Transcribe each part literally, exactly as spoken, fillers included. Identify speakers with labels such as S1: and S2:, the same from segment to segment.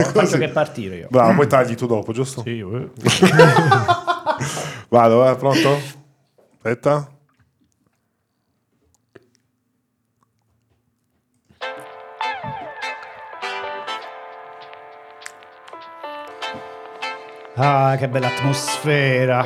S1: Faccio che partire io.
S2: Bravo, poi tagli tu dopo, giusto?
S1: Sì, eh.
S2: Vado, eh, pronto? Aspetta.
S1: Ah, che bella atmosfera.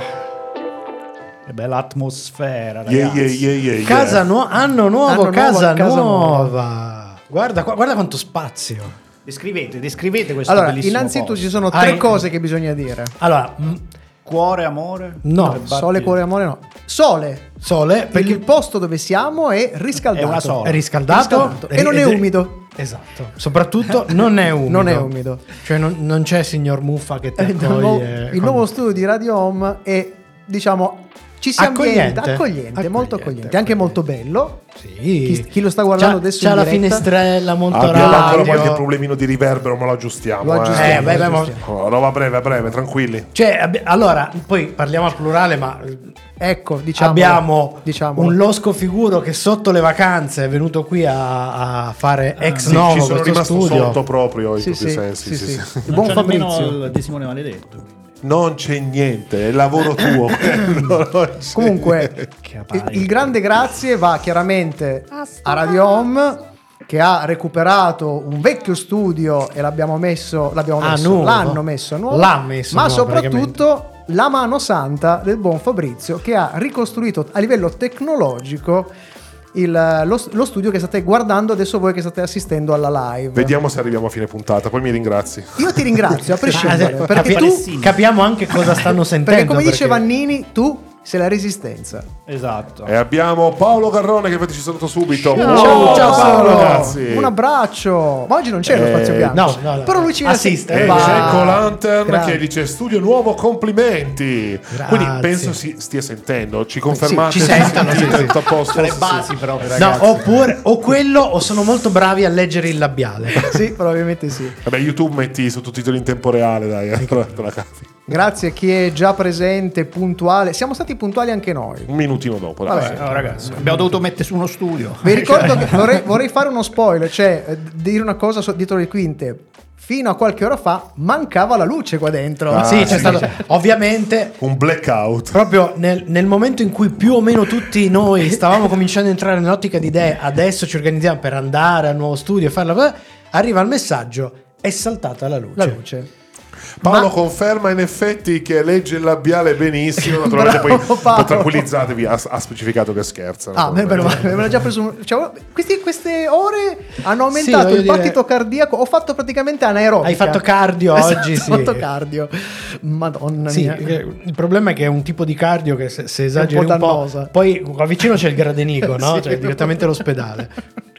S1: Che bella atmosfera,
S2: Yeah,
S1: ragazzi.
S2: yeah, yeah, yeah,
S3: Casa
S2: yeah.
S3: nuova, anno nuovo,
S4: Anno
S3: casa,
S4: nuovo, casa
S3: nuova. Guarda, qua- guarda quanto spazio.
S1: Descrivete, descrivete questo
S4: Allora,
S1: bellissimo
S4: innanzitutto
S1: posto.
S4: ci sono tre
S3: Hai-
S4: cose che bisogna dire.
S3: Allora, mm,
S1: Cuore, amore?
S3: no,
S1: Tre batti-
S4: Sole, cuore, amore, no. Sole,
S3: sole,
S4: perché
S3: il-
S4: il posto dove siamo è riscaldato.
S1: È una sola.
S3: è riscaldato,
S4: Riscaldato. E non è
S3: ed
S4: umido.
S3: Esatto, soprattutto non è umido.
S4: Non è umido.
S3: Cioè non, non c'è signor Muffa che ti
S4: Eh, il nuovo-
S3: accoglie.
S4: il
S3: con-
S4: nuovo studio di Radio Home è, diciamo, ci si
S3: Accogliente.
S4: ambienta, accogliente,
S3: Accogliente,
S4: molto accogliente, anche molto bello.
S3: Sì.
S4: Chi, chi lo sta guardando
S3: C'ha-
S4: adesso
S3: c'ha
S4: in
S3: la
S4: diretta,
S3: finestrella molto
S2: Abbiamo ancora
S3: radio.
S2: qualche problemino di riverbero, ma lo aggiustiamo.
S4: Lo
S2: eh.
S4: aggiustiamo,
S3: Eh, beh,
S4: lo
S3: beh, ma-
S4: aggiustiamo.
S2: Oh, roba breve, breve, tranquilli.
S3: Cioè, abbi- allora, poi parliamo al plurale, ma
S4: Ecco, diciamo,
S3: abbiamo
S4: diciamolo.
S3: un losco figuro che sotto le vacanze è venuto qui a, a fare ex
S2: Sì,
S3: novo
S2: ci sono
S3: questo
S2: rimasto
S3: studio.
S2: sotto proprio in
S4: Sì,
S2: tutti i
S4: sì,
S2: sensi.
S4: sì,
S2: sì,
S4: sì.
S2: sì.
S4: Il buon
S1: Non c'è nemmeno
S4: Fabrizio.
S1: il testimone maledetto. quindi.
S2: Non c'è niente, è il lavoro tuo. Non c'è.
S4: Comunque,
S1: Che
S4: il,
S1: appare.
S4: il grande grazie va chiaramente a Radio Home, che ha recuperato un vecchio studio e l'abbiamo messo, l'abbiamo
S3: Ah,
S4: messo,
S3: nuovo.
S4: l'hanno messo a nuovo,
S3: L'ha messo
S4: ma
S3: a nuovo,
S4: soprattutto la mano santa del buon Fabrizio, che ha ricostruito a livello tecnologico il- lo, lo studio che state guardando adesso voi che state assistendo alla live.
S2: Vediamo se arriviamo a fine puntata, poi mi ringrazi.
S4: Io ti ringrazio a
S3: Ah,
S4: prescindere,
S3: eh,
S4: perché
S3: capi-
S4: tu,
S3: capiamo anche cosa stanno sentendo.
S4: perché come dice
S3: perché-
S4: Vannini, tu sei la resistenza.
S1: Esatto.
S2: E abbiamo Paolo Garrone che infatti ci saluta subito.
S4: Ciao,
S2: Wow,
S4: ciao Paolo,
S2: ragazzi.
S4: un abbraccio. Ma oggi non c'è lo
S2: Eh,
S4: spazio bianco.
S3: no, no, no.
S4: Però lui ci viene
S3: Assiste.
S2: E
S3: Eh,
S4: Va.
S2: c'è Colantern
S4: Grande.
S2: che dice studio nuovo, complimenti.
S3: Grazie.
S2: Quindi penso si stia sentendo. Ci confermate?
S3: Sì, ci sentono,
S2: Sì,
S3: sì, sì.
S2: tutto a posto.
S1: Le
S2: Sì,
S1: basi
S2: sì.
S1: proprio,
S3: No,
S1: ragazzi.
S3: oppure o quello o sono molto bravi a leggere il labiale.
S4: Sì, probabilmente sì.
S2: Vabbè, YouTube metti i sottotitoli in tempo reale, dai, eh, te la- te la capi.
S4: Grazie a chi è già presente, puntuale. Siamo stati puntuali anche noi.
S2: Un minutino dopo, dai.
S4: Vabbè.
S1: No, ragazzi, abbiamo dovuto mettere su uno studio.
S4: Vi ricordo che vorrei, vorrei fare uno spoiler, cioè eh, dire una cosa so- dietro le quinte. Fino a qualche ora fa mancava la luce qua dentro.
S2: Ah,
S3: sì, c'è
S2: sì.
S3: stato ovviamente
S2: Un blackout.
S3: proprio nel, nel momento in cui più o meno tutti noi stavamo cominciando a entrare nell'ottica di idee, adesso ci organizziamo per andare al nuovo studio e farla, arriva il messaggio, è saltata la luce.
S4: La luce.
S2: Paolo
S4: Ma-
S2: conferma in effetti che legge il labiale benissimo. Naturalmente
S4: Bravo,
S2: poi,
S4: Paolo.
S2: poi tranquillizzatevi, ha, ha specificato che scherza.
S4: Ah, me, me,
S2: naturalmente.
S4: me l'ho già preso. un- Cioè, questi- queste ore hanno
S3: Sì,
S4: aumentato
S3: voglio
S4: il
S3: dire-
S4: battito cardiaco. Ho fatto praticamente anaerobica.
S3: Hai fatto cardio
S4: Esatto,
S3: oggi,
S4: Ho
S3: sì.
S4: fatto cardio. Madonna
S3: Sì,
S4: mia.
S3: eh, il problema è che è un tipo di cardio che se, se esageri
S4: un po'
S3: un po',
S4: dannosa.
S3: poi qua vicino c'è il Gradenico, no?
S4: Sì.
S3: Cioè direttamente l'ospedale.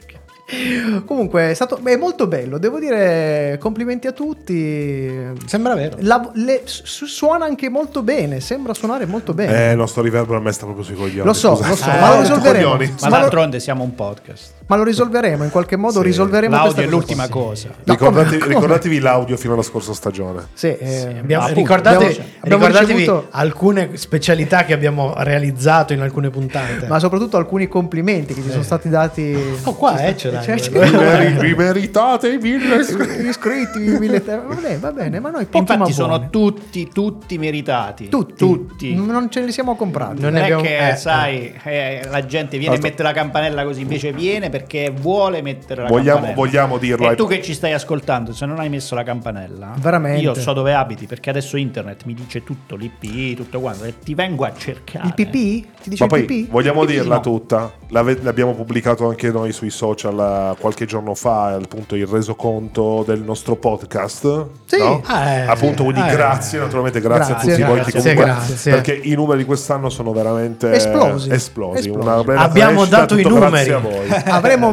S4: Comunque è stato è molto bello, devo dire complimenti a tutti.
S3: Sembra vero.
S4: La- le- su- suona anche molto bene, sembra suonare molto bene.
S2: Eh, il nostro riverbero a me sta proprio sui coglioni.
S4: Lo so,
S2: scusate.
S4: lo so,
S3: Eh,
S4: ma lo
S2: tu
S4: risolveremo.
S2: coglioni.
S1: Ma
S4: Ma lo,
S1: d'altronde siamo un podcast.
S4: ma lo risolveremo in qualche modo.
S2: Sì.
S4: Risolveremo
S1: L'audio
S4: questa
S1: è
S4: cosa
S1: l'ultima
S4: qua.
S1: cosa.
S4: No,
S2: Ricordate-
S4: come- come?
S2: ricordatevi l'audio fino alla scorsa stagione.
S4: Sì, eh,
S3: Abbiamo-
S1: appunto,
S3: ricordate-
S4: abbiamo- abbiamo
S3: ricordatevi
S4: ricevuto-
S3: alcune specialità che abbiamo realizzato in alcune puntate.
S4: ma soprattutto alcuni complimenti che ci sono stati dati.
S3: Oh, qua eh, ce l'hai.
S4: Cioè,
S3: quello.
S2: Vi meri- vi meritate i mille iscritti.
S4: Gli iscritti, mille te- va bene, va bene, ma noi pochi
S1: Infatti
S4: ma
S1: sono
S4: buoni.
S1: tutti, tutti meritati.
S4: tutti,
S1: Tutti.
S4: non ce li siamo comprati.
S3: Non
S1: Non
S3: ne
S1: è
S3: abbiamo-
S1: che,
S3: eh,
S1: sai, eh, la gente viene e mette la campanella così, invece viene perché vuole mettere la
S2: Vogliamo-
S1: campanella.
S2: vogliamo dirlo
S1: E
S2: ai-
S1: tu che ci stai ascoltando, se non hai messo la campanella,
S4: Veramente.
S1: io so dove abiti, perché adesso internet mi dice tutto, l'I P, tutto quanto, e ti vengo a cercare.
S4: Il pipì? Ti dice
S2: Ma poi
S4: il pipì?
S2: vogliamo
S1: Pipì
S2: dirla
S1: no.
S2: tutta, L'ave- l'abbiamo pubblicato anche noi sui social eh, qualche giorno fa, appunto il resoconto del nostro podcast.
S4: Sì.
S2: no?
S3: Ah, eh,
S2: appunto, quindi
S3: eh.
S2: grazie, naturalmente grazie,
S4: Grazie,
S2: a tutti voi che
S3: grazie,
S2: comunque,
S3: grazie.
S2: perché i numeri di quest'anno sono veramente
S4: Esplosi.
S2: esplosi.
S4: Esplosi.
S2: Una bella
S3: Abbiamo
S2: crescita,
S3: dato i
S2: tutto
S3: numeri.
S2: grazie a voi.
S4: Avremo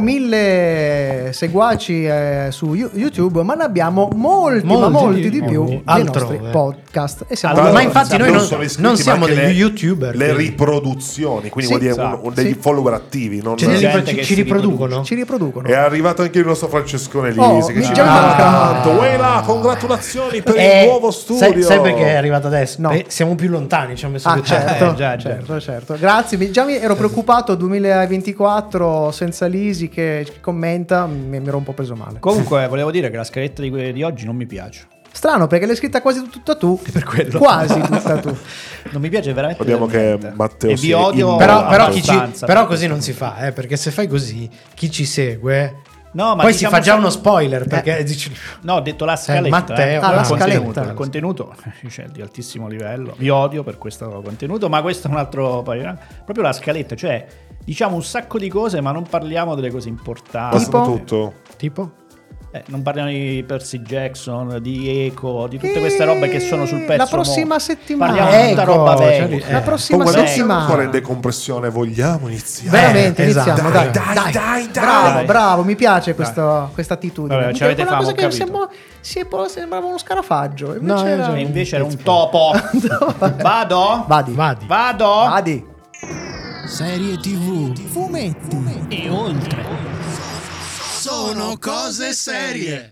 S4: mille seguaci eh, su You- YouTube, ma ne abbiamo molti,
S3: Molti
S4: ma molti
S3: di-
S4: di più
S3: molti.
S4: nei
S3: Altrove.
S4: nostri podcast. E siamo
S3: Allora, ma
S4: orgogliosi.
S3: infatti noi non-
S2: sono iscritti,
S3: non
S2: ma
S3: siamo
S2: anche
S3: degli
S2: le-
S3: YouTuber,
S2: Le
S3: quindi.
S2: riproduzioni, quindi
S4: Sì,
S2: vuol dire un-
S1: esatto.
S2: un- degli
S4: Sì.
S2: follower attivi. Non...
S3: C'è
S1: gente
S3: gente
S1: che
S3: ci
S1: si
S3: riproducono?
S4: Ci riproducono.
S2: È arrivato anche il nostro Francescone Lisi
S4: Oh,
S2: che
S4: mi
S2: ci
S4: già
S2: ha
S4: mancato.
S2: Uè là, congratulazioni per
S3: Eh,
S2: il nuovo studio.
S3: Sai, sai perché è arrivato adesso?
S4: No.
S3: Eh, siamo più lontani, ci ha messo
S4: Ah,
S3: più tempo.
S4: certo,
S1: Eh, già,
S4: certo, certo. Grazie. Mi- Già mi ero preoccupato duemilaventiquattro senza Lisi che commenta, mi, mi ero un po' preso male.
S1: Comunque volevo dire che la scaletta di, que- di oggi non mi piace.
S4: Strano perché l'hai scritta quasi tutta tu.
S1: Per quello.
S4: Quasi tutta tu.
S1: Non mi piace veramente.
S2: Vediamo che
S1: veramente.
S2: Matteo
S1: e
S2: si
S1: vi odio.
S2: in-
S3: Però, però, chi ci-
S1: abbastanza.
S3: però così non si fa, eh, perché se fai così, chi ci segue,
S1: No, ma
S3: poi
S1: diciamo
S3: si fa già
S1: solo-
S3: uno spoiler, perché dici...
S1: No, ho detto la scaletta.
S3: Matteo.
S1: eh.
S3: Ah, la
S1: il contenuto,
S4: scaletta.
S1: il contenuto cioè, di altissimo livello. Vi odio per questo contenuto, ma questo è un altro paio. Proprio la scaletta, cioè diciamo un sacco di cose, ma non parliamo delle cose importanti.
S2: Passano
S4: Tipo?
S2: tutto.
S3: Tipo?
S1: Eh, non parliamo di Percy Jackson, di Eco, di tutte queste robe che sono sul pezzo.
S4: La prossima
S1: mo.
S4: settimana.
S1: Parliamo di tutta
S3: Ecco,
S1: roba
S3: cioè,
S1: vecchia.
S3: eh.
S4: La prossima
S2: Comunque, non
S4: settimana.
S2: siamo ancora in decompressione, vogliamo iniziare.
S4: Veramente,
S3: esatto.
S4: iniziamo.
S2: Dai,
S4: Dai,
S2: dai, dai, dai.
S4: Bravo,
S1: Dai.
S4: bravo, mi piace questa, questa attitudine.
S1: Vabbè, ci avete
S4: Quella
S1: fame,
S4: cosa
S1: ho
S4: che
S1: capito.
S4: sembrava, sì, poi sembrava uno scarafaggio. Invece
S3: No,
S4: era...
S1: E invece era un topo. Vado?
S4: Vadi.
S3: Vadi.
S1: Vado?
S4: Vadi.
S5: Serie tivù, fumetti e oltre. Sono cose serie.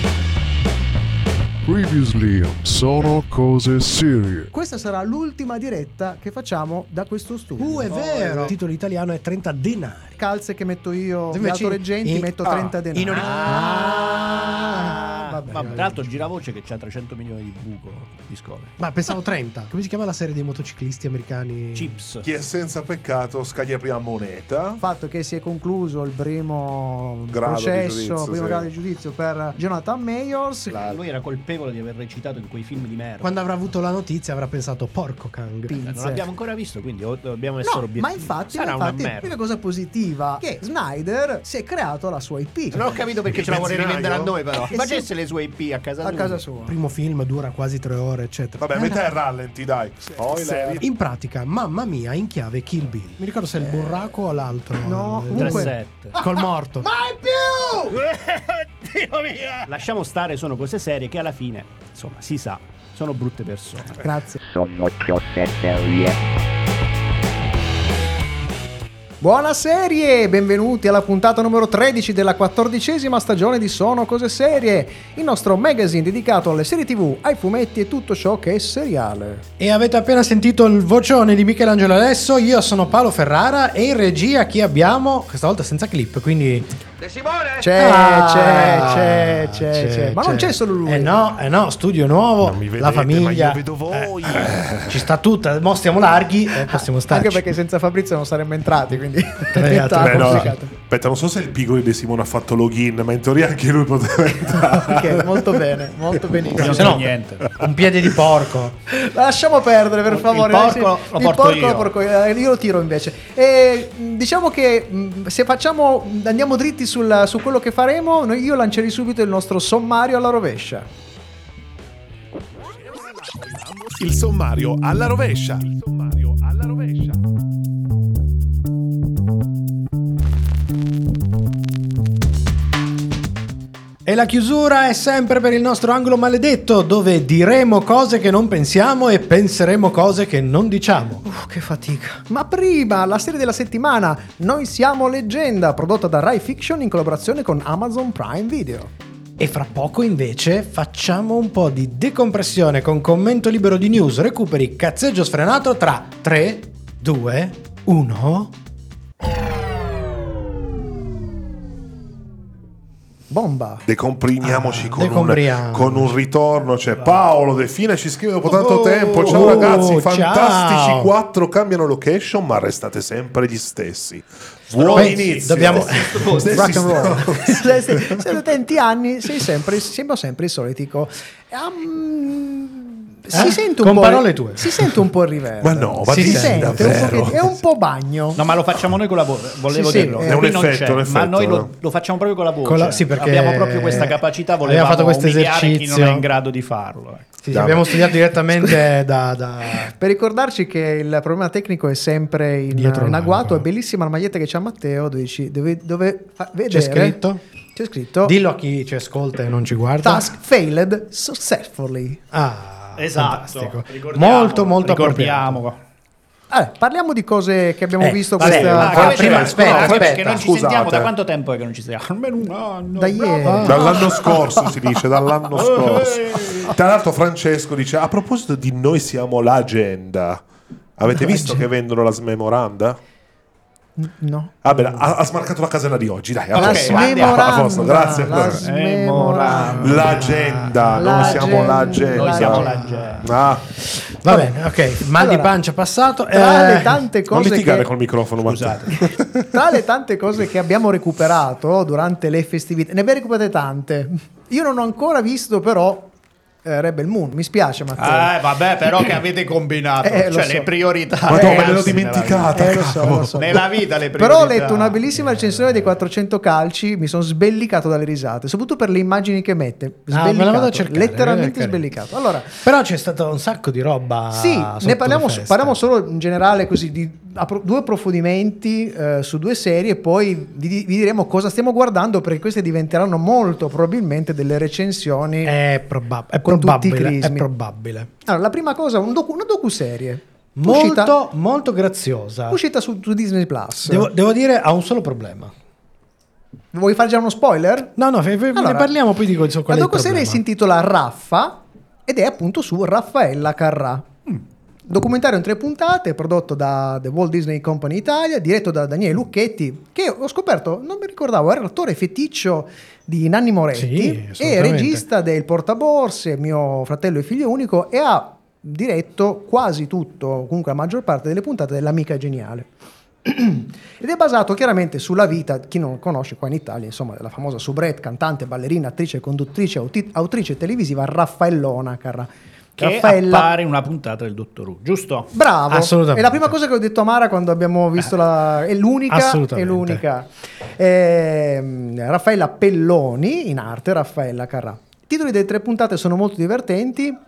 S6: Previously sono cose serie.
S4: Questa sarà l'ultima diretta che facciamo da questo studio.
S3: Uh, è vero. Il titolo italiano è trenta denari.
S4: Calze che metto io,
S3: Invece
S4: le autoreggenti,
S3: in-
S4: metto
S3: ah,
S4: trenta denari.
S3: in ori-
S1: Ah,
S3: vabbè,
S1: ma
S3: vabbè.
S1: tra l'altro giravoce che c'ha trecento milioni di buco Discovery.
S3: Ma pensavo trenta. Come si chiama la serie dei motociclisti americani?
S1: Chips.
S2: Chi è senza peccato scaglia prima moneta.
S4: Il fatto che si è concluso il primo
S2: Grado di
S4: processo,
S2: giudizio,
S4: primo
S2: sì.
S4: grado di giudizio per Jonathan Mayors.
S2: La-
S1: Lui era colpevole di aver recitato in quei film di merda.
S3: Quando avrà avuto la notizia avrà pensato porco Kang.
S4: Pinze.
S1: Non l'abbiamo ancora visto, quindi o- dobbiamo essere
S4: No,
S1: obiettivi.
S4: ma infatti,
S1: sarà
S4: infatti
S1: una merda.
S4: l'unica cosa positiva che Snyder si è creato la sua I P
S1: Non ho capito perché
S2: Il
S1: ce la vuole
S2: benzinaio?
S1: rivendere a noi, però.
S4: Eh,
S1: Facesse
S4: sì.
S1: le sue I P a casa
S4: a
S1: sua.
S4: casa sua.
S3: Il primo film dura quasi tre ore, eccetera.
S2: Vabbè, metà è rallenti, dai. Spoiler.
S3: In pratica, mamma mia, in chiave Kill Bill. Mi ricordo se è il burraco o l'altro.
S4: No,
S3: Eh,
S4: comunque-
S1: tre sette.
S3: Col morto.
S4: Mai più!
S1: Dio mio! Lasciamo stare, sono cose serie che alla fine, insomma, si sa, sono brutte persone.
S4: Grazie.
S7: Sono cose serie.
S4: Buona serie, benvenuti alla puntata numero tredici della quattordicesima stagione di Sono Cose Serie, il nostro magazine dedicato alle serie tivù, ai fumetti e tutto ciò che è seriale.
S3: E avete appena sentito il vocione di Michelangelo Alesso. Io sono Paolo Ferrara e in regia chi abbiamo? Questa volta senza clip, quindi...
S4: C'è,
S3: Ah,
S4: c'è, c'è, c'è, c'è, ma non c'è solo lui.
S3: Eh no, eh no, studio nuovo,
S2: Non mi vedete,
S3: la famiglia.
S2: ma io vedo voi.
S3: Eh, ci sta tutta, mo stiamo larghi, eh, possiamo starci.
S4: Anche perché senza Fabrizio non saremmo entrati, quindi
S3: Eh,
S4: diventa
S2: Beh, no,
S4: complicato.
S2: aspetta, non so se il piccolo di Simone ha fatto login, ma in teoria anche lui poteva entrare.
S4: Ok, molto bene, molto benissimo.
S1: Non
S3: Se
S1: so
S3: no-
S1: niente.
S3: Un piede di porco.
S4: Lasciamo perdere per
S1: Il
S4: favore.
S1: porco
S4: Sì,
S1: lo
S4: il
S1: porto
S4: porco
S1: io.
S4: lo porco io, eh, io lo tiro invece. E mh, diciamo che mh, se facciamo andiamo dritti sul- su quello che faremo, noi- io lancerei subito il nostro sommario alla rovescia.
S2: Il sommario alla rovescia. Il sommario alla rovescia.
S3: E la chiusura è sempre per il nostro angolo maledetto, dove diremo cose che non pensiamo e penseremo cose che non diciamo.
S4: Uh, che fatica. Ma prima, la serie della settimana, Noi siamo leggenda, prodotta da Rai Fiction in collaborazione con Amazon Prime Video.
S3: E fra poco invece facciamo un po' di decompressione con commento libero di news, recuperi, cazzeggio sfrenato tra tre, due, uno...
S4: Bomba.
S2: Decomprimiamoci
S3: Ah,
S2: con, un,
S3: decompriamo.
S2: con un ritorno. Cioè, Paolo De Fine ci scrive dopo tanto
S3: Oh,
S2: tempo. Ciao
S3: oh,
S2: ragazzi, fantastici
S3: ciao.
S2: quattro cambiano location, ma restate sempre gli stessi. Buon
S3: Beh,
S2: inizio.
S3: dobbiamo-
S2: Stessi
S4: Rock and roll.
S2: stronzi.
S4: se, se, se da tanti anni sei sempre, sembra sempre il solitico. Um, si
S3: Eh?
S4: sente un
S3: Con
S4: po'
S3: parole tue.
S4: Si sente un po' il riverb.
S2: Ma no, ma
S3: Si
S2: di
S4: si
S3: sente,
S4: sente un
S2: davvero.
S4: pochettino, è un po' bagno.
S1: No, ma lo facciamo noi con la voce, volevo
S4: Sì, sì,
S1: dirlo.
S4: è
S2: un
S1: Qui non
S2: effetto,
S1: c'è,
S2: un effetto,
S1: ma noi
S2: eh.
S1: lo, lo facciamo proprio con la voce.
S3: Con la- sì, perché
S1: abbiamo proprio questa capacità, volevamo
S3: abbiamo fatto questo
S1: umiliare chi non
S3: esercizio.
S1: è in grado di farlo. eh.
S3: Sì,
S2: Dai.
S3: abbiamo studiato direttamente da... da...
S4: Per ricordarci che il problema tecnico è sempre in,
S3: Dietro
S4: in agguato,
S3: l'angolo.
S4: è bellissima la maglietta che c'ha Matteo, dove, ci- dove, dove fa vedere.
S3: C'è scritto?
S4: C'è scritto
S3: Dillo a chi ci ascolta e non ci guarda.
S4: Task failed successfully.
S3: Ah,
S1: Esatto.
S3: fantastico.
S1: Ricordiamo,
S3: Molto, molto appropriato.
S1: ricordiamo.
S4: Allora, parliamo di cose che abbiamo
S3: Eh,
S4: visto
S3: vabbè,
S4: questa...
S3: ma
S1: Ah,
S3: prima,
S1: che prima,
S3: aspetta,
S1: no,
S3: aspetta,
S1: perché non ci
S2: scusate.
S1: sentiamo da quanto tempo è che non ci sentiamo? Almeno un anno.
S4: Da
S1: bravo.
S4: ieri.
S2: Dall'anno scorso si dice, dall'anno scorso. Tra l'altro Francesco dice, a proposito di Noi siamo l'agenda, avete visto che vendono la smemoranda?
S4: No.
S2: Vabbè, ha, ha smarcato la casella di oggi, dai, a
S4: La
S2: posto.
S4: smemoranda.
S2: A posto, grazie.
S4: La smemoranda.
S2: L'agenda, noi
S4: L'agenda.
S2: siamo l'agenda.
S1: Noi siamo l'agenda.
S2: Ah,
S3: Va bene, ok. Mal
S4: Allora,
S3: di pancia passato.
S4: Tra
S3: Eh,
S4: le tante
S2: non
S4: cose
S2: litigare
S4: che...
S2: col microfono,
S1: Scusate.
S2: Matteo.
S4: Tra le tante cose che abbiamo recuperato durante le festività, ne abbiamo recuperate tante. Io non ho ancora visto però eh, Rebel Moon, mi spiace Matteo.
S1: Eh, vabbè, però che avete combinato?
S4: Eh, lo
S1: cioè,
S4: so.
S1: le priorità.
S2: Ma no, me l'ero
S1: ragazzi,
S2: dimenticata.
S4: Eh, lo so,
S2: cavolo.
S4: lo so.
S1: Nella vita le priorità.
S4: Però ho letto una bellissima recensione dei quattrocento calci, mi sono sbellicato dalle risate, soprattutto per le immagini che mette.
S3: Ah, me la vado a
S4: Sbellicato,
S3: cercare,
S4: letteralmente
S3: eh,
S4: sbellicato. Allora,
S3: Però c'è stato un sacco di roba.
S4: sì,
S3: sotto
S4: ne parliamo,
S3: le feste.
S4: parliamo solo in generale così di appro- due approfondimenti eh, su due serie e poi vi, vi diremo cosa stiamo guardando perché queste diventeranno molto probabilmente delle recensioni.
S3: È, probab- è
S4: Con tutti i
S3: probabile. È
S4: crismi.
S3: probabile.
S4: Allora, la prima cosa, un docu- una docuserie.
S3: Molto,
S4: Uscita,
S3: molto graziosa.
S4: uscita su, su Disney Plus.
S3: Devo, devo dire, ha un solo problema.
S4: Vuoi fare già uno spoiler?
S3: No, no, fe- fe-
S4: Allora,
S3: ne parliamo poi dico so, qual
S4: La
S3: è il
S4: docuserie
S3: problema.
S4: si intitola Raffa ed è appunto su Raffaella Carrà. Documentario in tre puntate prodotto da The Walt Disney Company Italia, diretto da Daniele Lucchetti, che ho scoperto, non mi ricordavo, era l'attore feticcio di Nanni
S3: Sì,
S4: Moretti e
S3: assolutamente.
S4: regista del Portaborse, Mio fratello e figlio unico, e ha diretto quasi tutto, comunque la maggior parte delle puntate dell'Amica Geniale. Ed è basato chiaramente sulla vita, chi non conosce qua in Italia, insomma, della famosa soubrette, cantante, ballerina, attrice, conduttrice, auti- autrice televisiva Raffaellona Carrà.
S1: Che
S4: Raffaella,
S1: appare in una puntata del Dottor Who, giusto?
S4: bravo.
S3: Assolutamente.
S4: È la prima cosa che ho detto a Mara quando abbiamo visto la... È l'unica. È
S3: Assolutamente.
S4: l'unica. Ehm, Raffaella Pelloni, in arte Raffaella Carrà. I titoli delle tre puntate sono molto divertenti.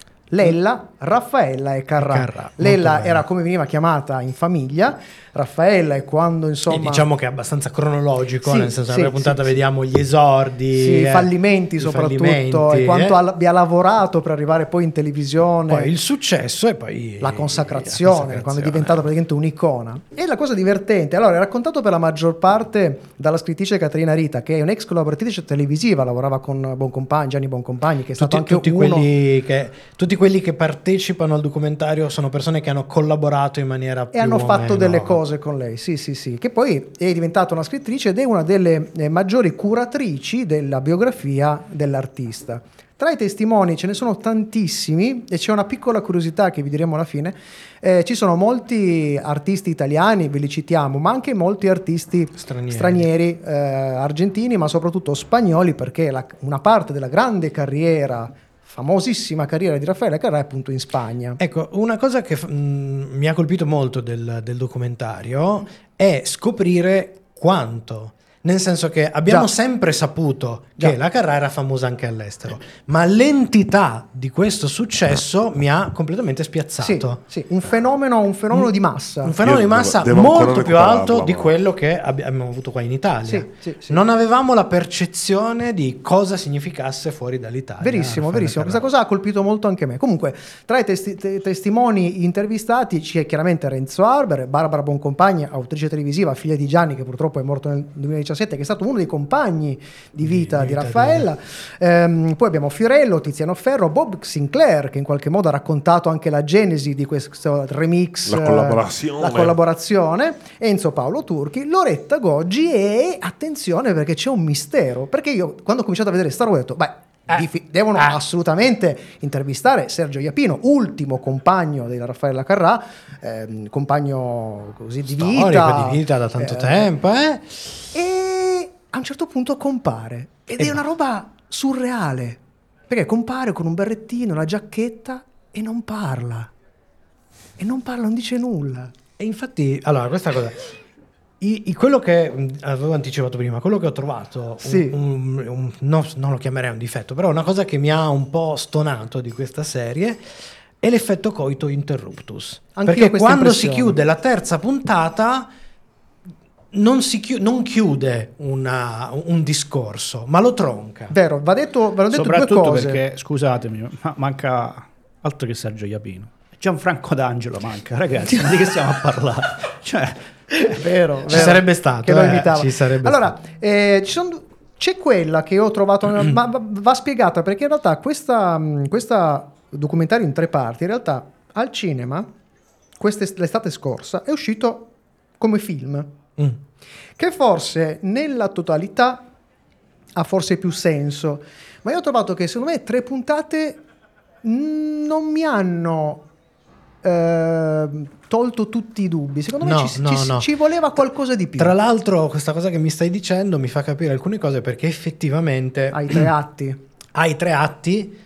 S4: Lella, Raffaella e Carrà.
S3: Carrà,
S4: Lella
S3: molto
S4: era
S3: bene.
S4: come veniva chiamata in famiglia, Raffaella è quando insomma...
S3: E diciamo che è abbastanza cronologico,
S4: Sì,
S3: nel senso che
S4: sì,
S3: nella puntata
S4: sì,
S3: vediamo gli esordi,
S4: Sì, i
S3: eh,
S4: fallimenti
S3: i
S4: soprattutto,
S3: fallimenti,
S4: e quanto
S3: eh.
S4: abbia lavorato per arrivare poi in televisione.
S3: Poi il successo e poi
S4: La consacrazione, quando è diventata praticamente un'icona. E la cosa divertente, allora è raccontato per la maggior parte dalla scrittrice Caterina Rita, che è un'ex collaboratrice televisiva, lavorava con Boncompagni, Gianni Boncompagni, che è stato
S3: tutti,
S4: anche
S3: tutti
S4: uno...
S3: quelli che, tutti quelli che partecipano al documentario sono persone che hanno collaborato in maniera
S4: E
S3: più
S4: hanno
S3: o
S4: fatto
S3: meno-
S4: delle cose con lei, sì, sì, sì. Che poi è diventata una scrittrice ed è una delle eh, maggiori curatrici della biografia dell'artista. Tra i testimoni ce ne sono tantissimi e c'è una piccola curiosità che vi diremo alla fine. Eh, ci sono molti artisti italiani, ve li citiamo, ma anche molti artisti
S3: Stranieri.
S4: stranieri, eh, argentini, ma soprattutto spagnoli, perché la- una parte della grande carriera, famosissima carriera di Raffaella Carrà è appunto in Spagna.
S3: Ecco, una cosa che mh, mi ha colpito molto del, del documentario è scoprire quanto. Nel senso che abbiamo
S4: Già.
S3: sempre saputo
S4: Già.
S3: che la Carrà era famosa anche all'estero, ma l'entità di questo successo mi ha completamente
S4: Sì,
S3: spiazzato.
S4: sì, un fenomeno, un fenomeno di massa.
S3: Un fenomeno
S2: Io
S3: di massa
S2: devo- devo ancora
S3: molto più
S2: recuperarlo,
S3: alto di
S2: ma-
S3: quello che abbi- abbiamo avuto qua in Italia.
S4: Sì, sì, sì.
S3: Non avevamo la percezione di cosa significasse fuori dall'Italia.
S4: Verissimo,
S3: Raffaella
S4: verissimo.
S3: Carrà.
S4: Questa cosa ha colpito molto anche me. Comunque, tra i testi- te- testimoni intervistati c'è chiaramente Renzo Arber, Barbara Boncompagni, autrice televisiva, figlia di Gianni, che purtroppo è morto nel duemiladiciassette, che è stato uno dei compagni di vita
S3: Di
S4: di,
S3: vita
S4: Raffaella. Ehm, poi abbiamo Fiorello, Tiziano Ferro, Bob Sinclair, che in qualche modo ha raccontato anche la genesi di questo remix,
S2: La
S4: eh,
S2: collaborazione.
S4: la collaborazione, Enzo Paolo Turchi, Loretta Goggi e attenzione perché c'è un mistero, perché io quando ho cominciato a vedere Star Wars ho detto, beh,
S3: Eh,
S4: di fi- devono
S3: eh.
S4: assolutamente intervistare Sergio Iapino, ultimo compagno di Raffaella Carrà, ehm, compagno così di
S3: Storico,
S4: vita,
S3: di vita da tanto
S4: eh,
S3: tempo, eh?
S4: e a un certo punto compare ed è una roba surreale, perché compare con un berrettino, una giacchetta e non parla e non parla, non dice nulla.
S3: E infatti, allora, questa cosa... I, i- quello che mh, avevo anticipato prima, quello che ho trovato, un-
S4: Sì.
S3: un- un- no, non lo chiamerei un difetto, però una cosa che mi ha un po' stonato di questa serie è l'effetto coito interruptus.
S4: Anch'io
S3: Perché
S4: questa
S3: quando si
S4: impressione.
S3: chiude la terza puntata non, si chiu- non chiude una- un discorso, ma lo tronca.
S4: Vero, va detto, vanno detto due
S1: Soprattutto
S4: cose.
S1: perché, scusatemi, ma manca altro che Sergio Iapino. Gianfranco D'Angelo manca, ragazzi, ma di che stiamo a parlare? Cioè,
S4: Vero,
S3: Ci
S4: vero,
S3: sarebbe stato,
S4: che lo
S3: eh,
S4: imitava.
S3: ci sarebbe
S4: allora, eh, ci sono- c'è quella che ho trovato, ma va- va spiegata perché in realtà questa, mh, questa documentario in tre parti, in realtà al cinema, quest'est- l'estate scorsa, è uscito come film,
S3: Mm.
S4: che forse nella totalità ha forse più senso, ma io ho trovato che secondo me tre puntate mh, non mi hanno eh, tolto tutti i dubbi. Secondo me
S3: No,
S4: ci,
S3: no,
S4: ci-
S3: no.
S4: ci voleva qualcosa di più.
S3: Tra l'altro, questa cosa che mi stai dicendo mi fa capire alcune cose, perché effettivamente
S4: Ai tre atti.
S3: hai tre atti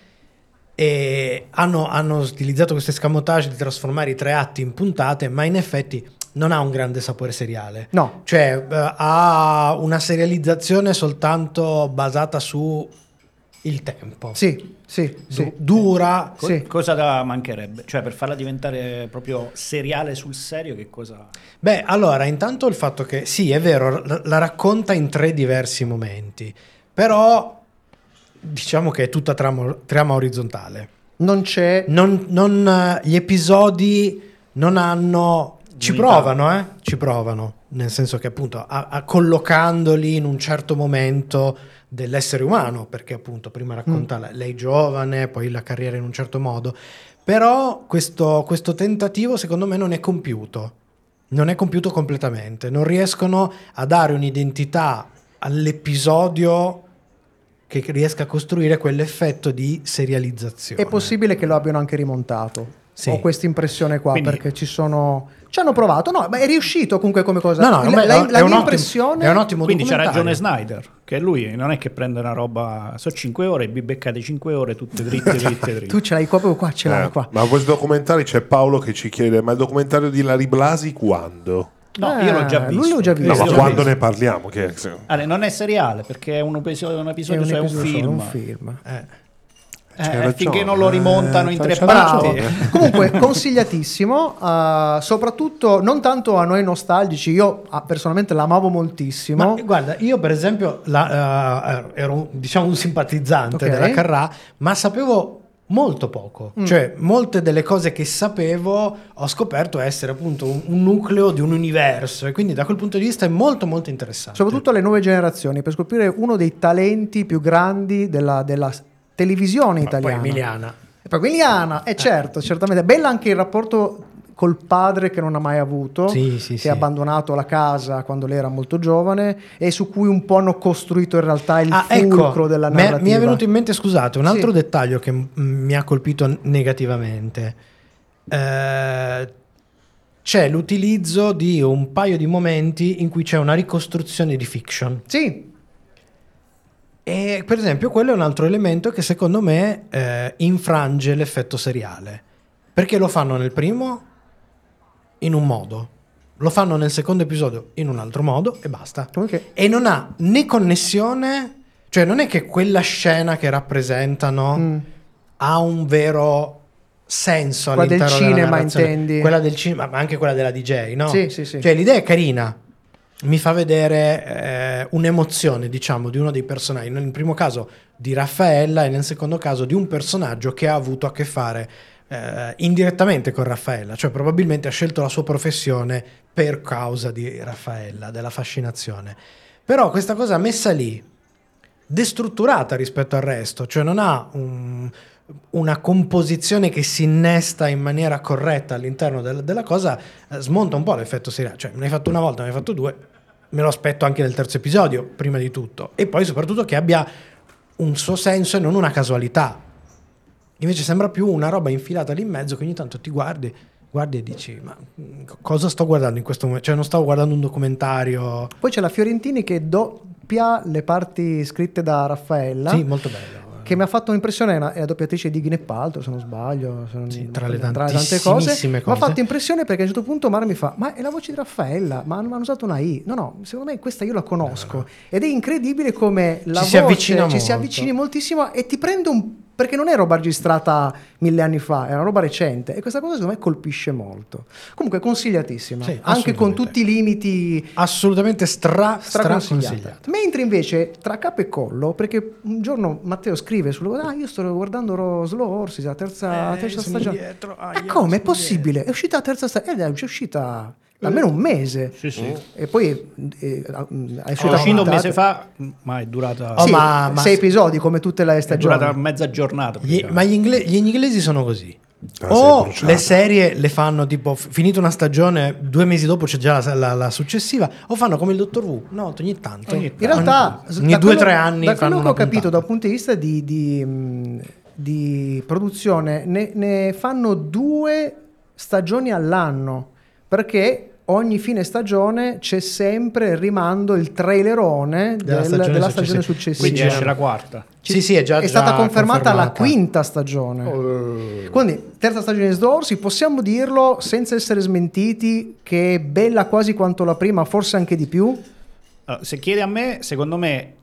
S3: e hanno, hanno utilizzato questo escamotage di trasformare i tre atti in puntate, ma in effetti non ha un grande sapore seriale.
S4: No.
S3: Cioè eh, ha una serializzazione soltanto basata su il tempo.
S4: Sì, sì,
S3: Du-
S4: sì.
S3: dura.
S1: co-
S4: Sì.
S1: cosa da mancherebbe? Cioè, per farla diventare proprio seriale sul serio, che cosa...
S3: Beh, allora, intanto il fatto che sì, è vero, la, la racconta in tre diversi momenti, però diciamo che è tutta trama, trama orizzontale.
S4: Non c'è...
S3: Non, non, eh, gli episodi non hanno... Ci
S1: Unità.
S3: provano, eh? Ci provano, nel senso che appunto a, a collocandoli in un certo momento dell'essere umano, perché appunto prima racconta
S4: Mm.
S3: la- lei giovane, poi la carriera in un certo modo, però questo, questo tentativo secondo me non è compiuto, non è compiuto completamente, non riescono a dare un'identità all'episodio che riesca a costruire quell'effetto di serializzazione.
S4: È possibile che lo abbiano anche rimontato.
S3: Sì.
S4: Ho questa impressione qua,
S1: Quindi-
S4: perché ci sono... Ci hanno provato, no, ma è riuscito comunque come cosa.
S3: No, no,
S4: la,
S3: beh,
S4: la-
S3: è
S4: la
S3: un
S4: mia
S3: ottimo-
S4: impressione...
S3: è un ottimo
S1: Quindi c'ha
S3: documentario.
S1: ragione Snyder, che lui non è che prende una roba, so cinque ore, vi beccate cinque ore tutte dritte, dritte, dritte.
S4: Tu ce l'hai proprio qua, ce l'hai
S2: Eh,
S4: qua.
S2: ma a questo documentario c'è Paolo che ci chiede: ma il documentario di Larry Blasi quando?
S1: No,
S4: Eh,
S1: io l'ho già visto.
S4: lui l'ho già visto.
S2: No, ma
S1: Io l'ho
S2: quando
S1: visto.
S2: ne parliamo? Che...
S1: Allora, non è seriale perché è un episodio, un
S4: È
S1: episodio,
S4: un
S1: cioè un
S4: episodio solo,
S1: film.
S4: un film.
S3: Eh.
S1: Eh,
S2: C'hai ragione.
S1: finché non lo rimontano in
S2: Eh,
S1: tre
S2: c'ha
S1: parti.
S2: ragione.
S4: Comunque consigliatissimo, uh, soprattutto non tanto a noi nostalgici, io ah, personalmente l'amavo moltissimo.
S3: Ma guarda, io per esempio la- eh, ero diciamo un simpatizzante
S4: Ok.
S3: della Carrà, ma sapevo molto poco.
S4: Mm.
S3: Cioè, molte delle cose che sapevo ho scoperto essere appunto un, un nucleo di un universo, e quindi da quel punto di vista è molto molto interessante.
S4: Soprattutto alle nuove generazioni, per scoprire uno dei talenti più grandi della, della televisione
S3: Ma poi
S4: italiana.
S3: Emiliana.
S4: E poi Emiliana, è certo, certamente. Bella anche il rapporto col padre che non ha mai avuto,
S3: Sì, sì,
S4: che
S3: sì.
S4: ha abbandonato la casa quando lei era molto giovane e su cui un po' hanno costruito in realtà il
S3: Ah,
S4: fulcro
S3: ecco,
S4: della
S3: mi è-
S4: narrativa.
S3: mi è venuto in mente, scusate, un altro
S4: Sì.
S3: dettaglio che m- mi ha colpito negativamente. Eh, c'è l'utilizzo di un paio di momenti in cui c'è una ricostruzione di fiction.
S4: Sì,
S3: E per esempio quello è un altro elemento che secondo me eh, infrange l'effetto seriale, perché lo fanno nel primo in un modo, lo fanno nel secondo episodio in un altro modo e basta.
S4: comunque
S3: E non ha né connessione, cioè non è che quella scena che rappresentano
S4: mm,
S3: ha un vero senso
S4: Quella del
S3: all'interno della
S4: cinema,
S3: narrazione.
S4: intendi?
S3: Quella del cinema, ma anche quella della D J, no?
S4: Sì, sì, sì.
S3: Cioè l'idea è carina, mi fa vedere eh, un'emozione, diciamo, di uno dei personaggi. Nel primo caso di Raffaella e nel secondo caso di un personaggio che ha avuto a che fare eh, indirettamente con Raffaella, cioè probabilmente ha scelto la sua professione per causa di Raffaella, della fascinazione. Però questa cosa messa lì, destrutturata rispetto al resto, cioè non ha un- una composizione che si innesta in maniera corretta all'interno del- della cosa, eh, smonta un po' l'effetto seriale. Cioè, me ne hai fatto una volta, me ne hai fatto due, me lo aspetto anche nel terzo episodio, prima di tutto. E poi soprattutto che abbia un suo senso e non una casualità. Invece sembra più una roba infilata lì in mezzo che ogni tanto ti guardi, guardi e dici, ma mm, cosa sto guardando in questo momento? Cioè non stavo guardando un documentario.
S4: poi c'è la Fiorentini che doppia le parti scritte da Raffaella.
S3: Sì, molto bello.
S4: Che mi ha fatto un'impressione, è la, è la doppiatrice di Ghineppaldo, se non sbaglio, se non-
S3: Sì, tra le
S4: tante cose.
S3: tantissimissime
S4: Mi ha
S3: cose.
S4: fatto impressione perché a un certo punto Mara mi fa: ma è la voce di Raffaella, ma hanno hanno usato una I. No, no, secondo me questa io la conosco. Ed è incredibile come la
S3: Ci
S4: voce
S3: si avvicina
S4: ci si
S3: molto.
S4: avvicini moltissimo e ti prende un perché non è roba registrata mille anni fa, è una roba recente e questa cosa secondo me colpisce molto. Comunque consigliatissima,
S3: Sì,
S4: anche con
S3: assolutamente.
S4: tutti i limiti
S3: Assolutamente stra, stra
S4: straconsigliata.
S3: consigliato.
S4: Mentre invece tra capo e collo, perché un giorno Matteo scrive sulle ah io sto guardando Ro- Slow Horses, la terza, la terza
S3: sono
S4: stagione.
S3: indietro,
S4: Ma
S3: aia,
S4: come è
S3: sono
S4: possibile? È uscita la terza stagione ed è uscita almeno un mese.
S1: Sì, sì.
S4: E poi eh, è
S1: È
S4: uscita
S1: uscito un
S4: puntata.
S1: mese fa, ma è durata,
S3: Oh,
S4: Sì,
S3: ma- ma-
S4: sei episodi come tutte le
S1: è
S4: stagioni.
S1: durata mezza giornata.
S3: Gli- ma gli, ingle- gli inglesi sono così.
S2: Ah,
S3: O
S2: sei bruciato.
S3: le serie le fanno tipo f- finita una stagione, due mesi dopo c'è già la, la- la successiva, o fanno come il Dottor Who, no, ogni tanto.
S1: Ogni
S4: In realtà,
S3: ogni
S4: da
S3: due o
S4: quello-
S3: tre anni
S4: da
S3: fanno
S4: quello che
S3: una
S4: ho capito
S3: puntata.
S4: dal punto di vista di, di, mh, di produzione, ne, ne fanno due stagioni all'anno perché ogni fine stagione c'è sempre il rimando, il trailerone
S3: Della
S4: del-
S3: stagione
S4: della stagione
S3: successiva.
S4: successiva.
S1: Quindi esce la quarta.
S3: Sì, sì, è già
S4: è stata
S3: già
S4: confermata, la
S3: confermata.
S4: quinta stagione. Quindi, terza stagione di Slorsi, possiamo dirlo senza essere smentiti che è bella quasi quanto la prima, forse anche di più.
S1: Allora, se chiedi a me, secondo me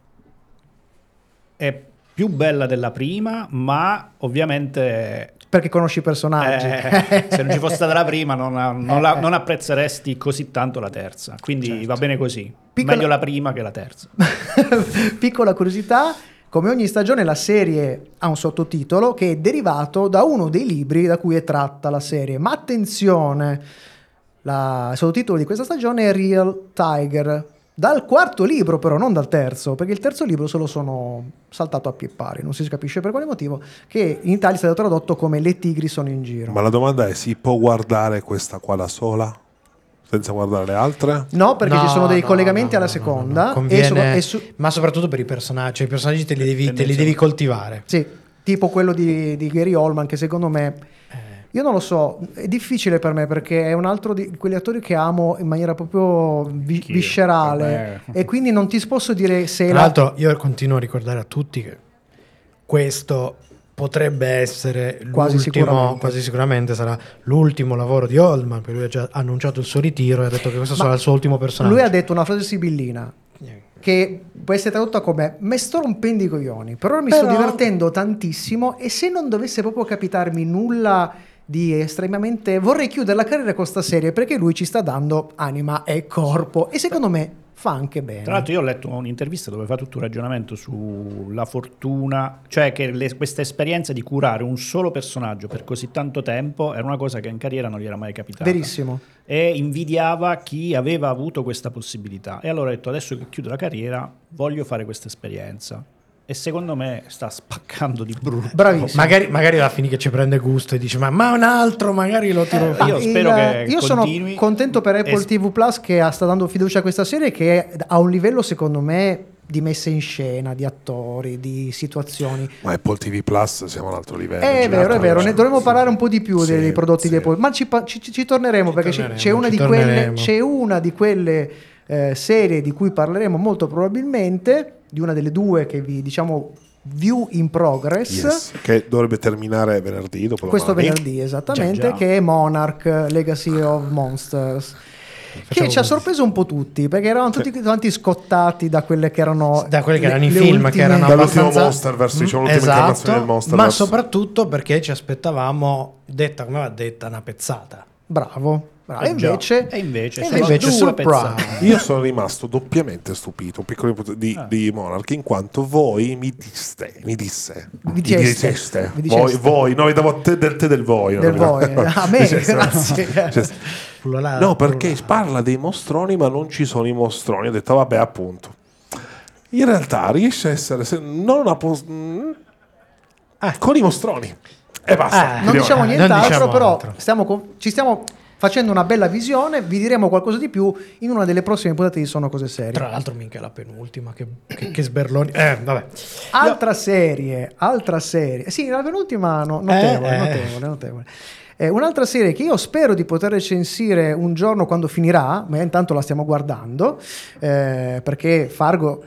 S1: è più bella della prima, ma ovviamente
S4: Perché conosci i personaggi.
S1: eh, se non ci fosse stata la prima non, non la- non apprezzeresti così tanto la terza. Quindi va bene così.
S4: Piccola-
S1: Meglio la prima che la terza.
S4: Piccola curiosità, come ogni stagione la serie ha un sottotitolo che è derivato da uno dei libri da cui è tratta la serie. Ma attenzione, la- il sottotitolo di questa stagione è Real Tiger. Dal quarto libro però, non dal terzo, perché il terzo libro se lo sono saltato a pie pari, non si capisce per quale motivo, che in Italia è stato tradotto come Le tigri sono in giro.
S2: Ma la domanda è: si può guardare questa qua da sola? Senza guardare le altre?
S4: No, perché
S3: No,
S4: ci sono dei
S3: no,
S4: collegamenti
S3: no, no,
S4: alla
S3: no, no,
S4: seconda.
S3: no. Conviene-
S4: e su- e su-
S3: ma soprattutto per i personaggi, cioè, i personaggi te li devi, te li devi coltivare.
S4: Sì, tipo quello di, di Gary Oldman, che secondo me, io non lo so, è difficile per me perché è un altro di quegli attori che amo in maniera proprio vi-
S1: Anch'io,
S4: viscerale
S1: per me.
S4: e quindi non ti posso dire se
S3: Tra
S4: la...
S3: l'altro io continuo a ricordare a tutti che questo potrebbe essere
S4: Quasi
S3: l'ultimo,
S4: sicuramente.
S3: quasi sicuramente sarà l'ultimo lavoro di Oldman, perché lui ha già annunciato il suo ritiro e ha detto che questo
S4: Ma
S3: sarà il suo ultimo personaggio.
S4: Lui ha detto una frase sibillina che può essere tradotta come me sto rompendo i coglioni, però mi sto
S3: Però-
S4: divertendo tantissimo e se non dovesse proprio capitarmi nulla di estremamente, vorrei chiudere la carriera con sta serie perché lui ci sta dando anima e corpo e secondo me fa anche bene.
S1: Tra l'altro io ho letto un'intervista dove fa tutto un ragionamento sulla fortuna, cioè che le- questa esperienza di curare un solo personaggio per così tanto tempo era una cosa che in carriera non gli era mai capitata.
S4: Verissimo.
S1: E invidiava chi aveva avuto questa possibilità. E allora ha detto: adesso che chiudo la carriera voglio fare questa esperienza. E secondo me sta spaccando di brutto.
S4: Bravissimo.
S3: Magari, magari alla fine che ci prende gusto e dice ma, ma un altro magari lo tiro
S1: Eh,
S3: fuori.
S1: io spero che
S4: io sono
S1: continui.
S4: contento per Apple
S1: Es-
S4: ti vu Plus che sta dando fiducia a questa serie che ha un livello secondo me di messa in scena, di attori, di situazioni.
S2: Ma Apple T V Plus siamo a un altro livello.
S4: È
S2: cioè,
S4: vero, è vero, ne dovremmo
S2: sì,
S4: parlare
S2: sì.
S4: un po' di più
S2: Sì,
S4: dei prodotti
S2: sì.
S4: di Apple, ma ci, pa- ci- ci- ci torneremo
S3: Ci
S4: perché c'è-
S3: torneremo,
S4: c'è, una
S3: ci
S4: di quelle,
S3: torneremo.
S4: c'è una di quelle eh, serie di cui parleremo molto probabilmente, di una delle due che vi diciamo view in progress.
S2: Yes, che dovrebbe terminare venerdì dopo
S4: Questo
S2: domani.
S4: venerdì esattamente,
S1: Già, già.
S4: che è Monarch Legacy of Monsters. Che ci ha sorpreso un po' tutti perché eravamo tutti quanti scottati da quelle che erano
S3: Da quelli che
S4: le-
S3: erano i
S4: le
S3: film,
S4: ultime-
S3: che erano
S2: Dall'ultimo
S3: abbastanza...
S2: Monsterverse, diciamo,
S3: Mm,
S2: l'ultima
S3: esatto,
S2: incarnazione del
S3: ma
S2: Monsterverse.
S3: soprattutto perché ci aspettavamo, detta come va detta, una pezzata.
S4: Bravo, bravo.
S1: Eh
S4: E
S1: già.
S4: invece,
S1: E invece
S4: e
S1: sono
S3: invece
S1: due
S3: surprise.
S1: pezzate.
S2: Io sono rimasto doppiamente stupito, un piccolo input di,
S1: Ah.
S2: di Monarch, in quanto voi mi diste, mi disse,
S4: Vi
S2: mi
S4: diceste,
S2: diceste,
S4: vi
S2: voi,
S4: diceste.
S2: voi, no, vi davo te del, te del voi.
S4: Del
S2: no,
S4: voi. A me,
S2: Diceste, no.
S4: grazie.
S2: Diceste,
S3: Plurale-
S2: no, perché
S3: plurale.
S2: parla dei mostroni, ma non ci sono i mostroni. Ho detto, vabbè, appunto. In realtà riesce a essere se- non una pos- mm, ah, con i mostroni. E basta.
S3: Ah,
S4: non diciamo
S3: Eh, non
S4: nient'altro,
S3: diciamo
S4: però
S3: altro.
S4: stiamo co- ci stiamo facendo una bella visione, vi diremo qualcosa di più in una delle prossime puntate di Sono Cose Serie.
S3: Tra l'altro minchia la penultima, che, che, che sberloni. Eh, vabbè.
S4: Altra serie, altra serie. Sì, la penultima no, notevole,
S3: Eh, eh.
S4: notevole, notevole. Eh, un'altra serie che io spero di poter recensire un giorno quando finirà, ma intanto la stiamo guardando, eh, perché Fargo,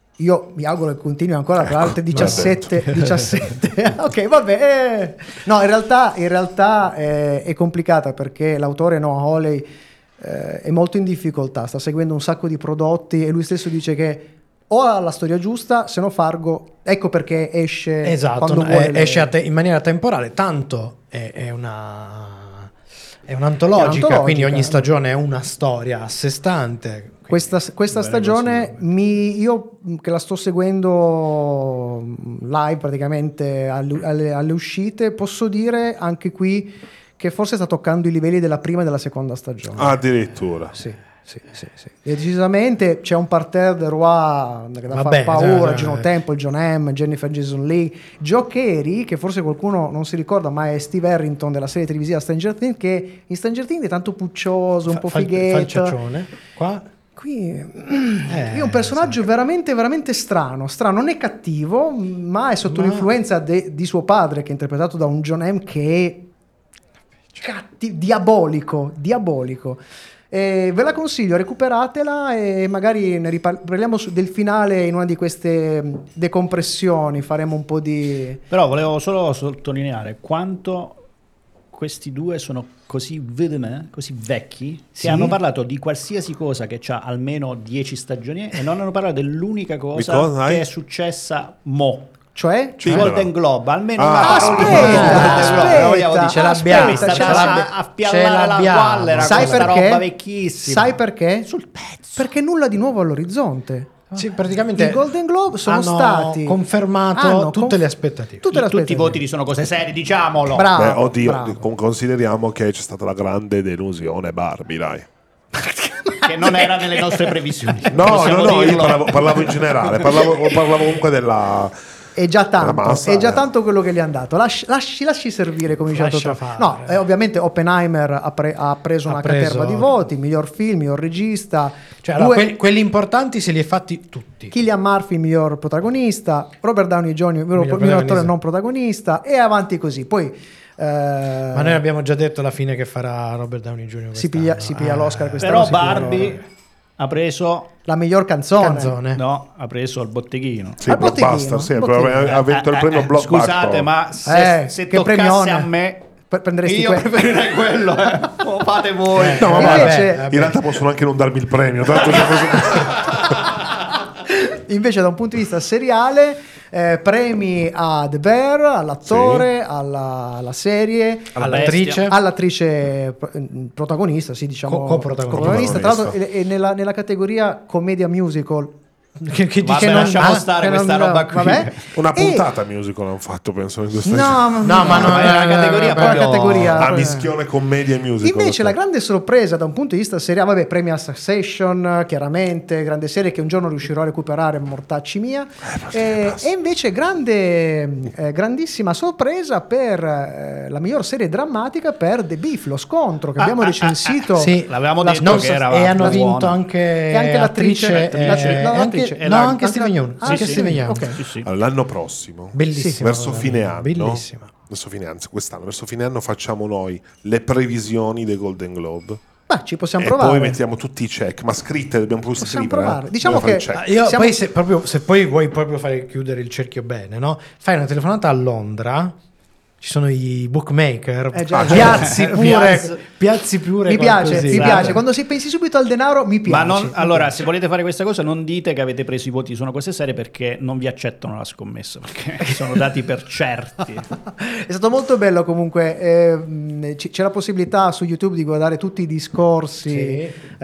S4: io mi auguro che continui ancora per altre diciassette, diciassette. Ok, vabbè. eh. No, in realtà, in realtà eh, è complicata perché l'autore Noah Hawley eh, è molto in difficoltà, sta seguendo un sacco di prodotti e lui stesso dice che o ha la storia giusta, se no Fargo, ecco perché esce
S3: Esatto,
S4: quando
S3: no,
S4: vuole.
S3: eh,
S4: le-
S3: esce a te- in maniera temporale, tanto è, è una è un'antologica,
S4: È un'antologica.
S3: quindi ogni stagione è una storia a sé stante.
S4: Questa, questa
S1: Bene,
S4: stagione
S1: consiglio.
S4: mi, io mh, che la sto seguendo mh, live praticamente alle, alle- alle uscite, posso dire anche qui che forse sta toccando i livelli della prima e della seconda stagione.
S2: Addirittura.
S4: Sì, sì, sì, sì. E decisamente c'è un parterre de Roi che dà
S3: Vabbè,
S4: far paura,
S3: eh,
S4: Gino
S3: eh.
S4: Temple, John Hamm, Jennifer Jason Leigh, Joe Carey, che forse qualcuno non si ricorda, ma è Steve Harrington della serie televisiva Stranger Things, che in Stranger Things è tanto puccioso, un po'
S3: Fa- fa-
S4: fighetto.
S3: falciaccione. Qua
S4: Qui
S3: Eh,
S4: è un personaggio veramente, veramente strano. Strano, non è cattivo, ma è sotto
S3: Ma-
S4: l'influenza de- di suo padre, che è interpretato da un John Hamm che è catti- diabolico, diabolico. Eh, ve la consiglio, recuperatela e magari ne ripar- parliamo su- del finale in una di queste mh, decompressioni. Faremo un po' di.
S1: Però volevo solo sottolineare quanto questi due sono così vedeme, così vecchi,
S4: Sì.
S1: che hanno parlato di qualsiasi cosa che ha almeno dieci stagioni e non hanno parlato dell'unica cosa
S2: cosa,
S1: che
S2: eh?
S1: è successa mo.
S4: Cioè?
S1: Il Golden Globe, almeno
S2: Ah,
S1: una
S4: aspetta,
S1: parolina.
S4: aspetta,
S3: ce l'abbiamo,
S4: aspetta,
S3: ce
S1: Sta
S3: l'abbiamo,
S1: a, a
S3: ce
S1: piallare la
S3: l'abbiamo.
S1: quallera
S4: Sai
S1: con sta
S4: perché?
S1: roba vecchissima.
S4: Sai perché?
S1: Sul pezzo.
S4: Perché nulla di nuovo all'orizzonte.
S3: sì, praticamente
S4: I Golden Globe sono
S3: hanno
S4: stati
S3: confermato
S4: hanno
S3: tutte
S4: conf-
S3: le aspettative.
S4: tutte le
S1: Tutti i
S4: aspettative.
S1: voti sono cose serie, diciamolo.
S4: Bravo,
S2: Beh, oddio,
S4: bravo.
S2: con- consideriamo che c'è stata la grande delusione Barbie, dai.
S1: Che non era nelle nostre previsioni.
S2: No, no,
S1: Possiamo
S2: no, io
S1: dirlo.
S2: parlavo, parlavo in generale, parlavo, parlavo comunque della...
S4: È già
S2: La
S4: tanto,
S2: massa,
S4: è già
S2: eh.
S4: tanto quello che gli è andato. Lasci, lasci, lasci servire, come diceva
S3: Lascia
S4: Totò.
S3: fare.
S4: No, eh, ovviamente Oppenheimer ha, pre- ha preso
S3: Ha
S4: una
S3: preso-
S4: caterva di voti, miglior film, miglior regista.
S3: Cioè, allora,
S4: Due-
S3: quelli, quelli importanti se li hai fatti tutti.
S4: Cillian Murphy, miglior protagonista, Robert Downey junior, miglior,
S3: Miglior
S4: miglior attore
S3: protagonista.
S4: non protagonista, e avanti così. Poi eh,
S3: Ma noi abbiamo già detto alla fine che farà Robert Downey junior
S4: si
S3: quest'anno.
S4: piglia, si piglia
S3: Eh,
S4: l'Oscar quest'anno.
S1: Però
S4: si piglia
S1: Barbie
S4: l'Oscar.
S1: ha preso
S4: La miglior canzone.
S3: canzone.
S1: no, ha preso il botteghino.
S2: Sì,
S4: Al botteghino,
S2: blockbuster, sì,
S4: al
S2: però
S4: botteghino.
S2: ha vinto il premio
S1: Eh,
S2: blockbuster.
S1: Scusate, ma se,
S4: Eh,
S1: se
S4: che
S1: toccasse
S4: premione.
S1: a me,
S4: Pre- prenderesti
S1: io
S4: que-
S1: preferirei quello. Eh. Lo fate voi.
S3: Eh,
S2: No, ma
S4: Invece-
S2: guarda,
S3: vabbè.
S2: in realtà possono anche non darmi il premio. Tanto se fosse-
S4: Invece da un punto di vista seriale, eh, premi a The Bear, all'attore, alla, alla serie,
S3: All'attrice.
S4: all'attrice pro- protagonista, sì, diciamo
S3: Co- coprotagonista.
S4: coprotagonista. Tra l'altro
S2: Coprotagonista.
S4: è, è nella, nella categoria commedia musical.
S3: Che, che
S1: Vabbè,
S3: dice
S1: lasciamo
S3: ah,
S1: stare
S4: che
S1: questa
S4: non-
S1: roba qui.
S4: vabbè.
S2: Una
S4: E-
S2: puntata musical hanno fatto, penso, in questa
S4: No,
S3: No, ma non
S1: Ma è una categoria
S4: quella
S1: proprio-
S4: categoria.
S2: Ah, mischione commedia e musical.
S4: Invece
S2: ok.
S4: la grande sorpresa da un punto di vista seriale, vabbè, premi a Succession, chiaramente, grande serie che un giorno riuscirò a recuperare, mortacci mia. Eh, e invece grande, eh, grandissima sorpresa per eh, la miglior serie drammatica per The Beef, lo scontro che
S1: Ah,
S4: abbiamo
S1: ah,
S4: recensito.
S3: Sì,
S1: L'avevamo
S4: La
S1: detto
S3: non
S1: che
S3: so-
S1: era
S3: e hanno
S1: buona.
S3: vinto anche,
S4: E anche l'attrice,
S3: attrice,
S4: l'attrice,
S3: eh,
S4: no,
S3: anche,
S4: l'attrice.
S3: no,
S1: E la-
S3: anche
S4: anche
S3: Steven
S4: la-
S3: Yeun,
S4: ah,
S3: anche
S4: sì,
S3: Steven Yeun.
S4: ok.
S1: Sì, sì.
S2: Allora, l'anno prossimo,
S3: Bellissima.
S2: verso fine anno,
S3: Bellissima.
S2: verso fine anno, quest'anno, verso fine anno facciamo noi le previsioni dei Golden Globe.
S4: Beh, ci possiamo
S2: E
S4: provare.
S2: poi mettiamo tutti i check, ma scritte dobbiamo pure
S4: Possiamo
S2: scrivere.
S4: provare.
S2: eh.
S4: Diciamo
S2: Dobbiamo
S4: che-
S2: fare i check.
S3: Ah, Io
S4: Siamo-
S3: poi se, proprio, se poi vuoi proprio fare chiudere il cerchio bene, no? Fai una telefonata a Londra, ci sono i bookmaker,
S4: Eh, già,
S3: piazzi
S4: già.
S3: pure,
S1: Piazzi-
S3: piazzi pure
S4: Mi piace,
S3: qualcosina.
S4: mi piace. Quando si pensi subito al denaro, mi piace.
S1: Ma non,
S4: mi
S1: allora,
S4: piace.
S1: se volete fare questa cosa, non dite che avete preso i voti su una cosa seria perché non vi accettano la scommessa, perché sono dati per certi.
S4: È stato molto bello comunque, eh, mh, c- c'è la possibilità su YouTube di guardare tutti i discorsi
S3: Sì.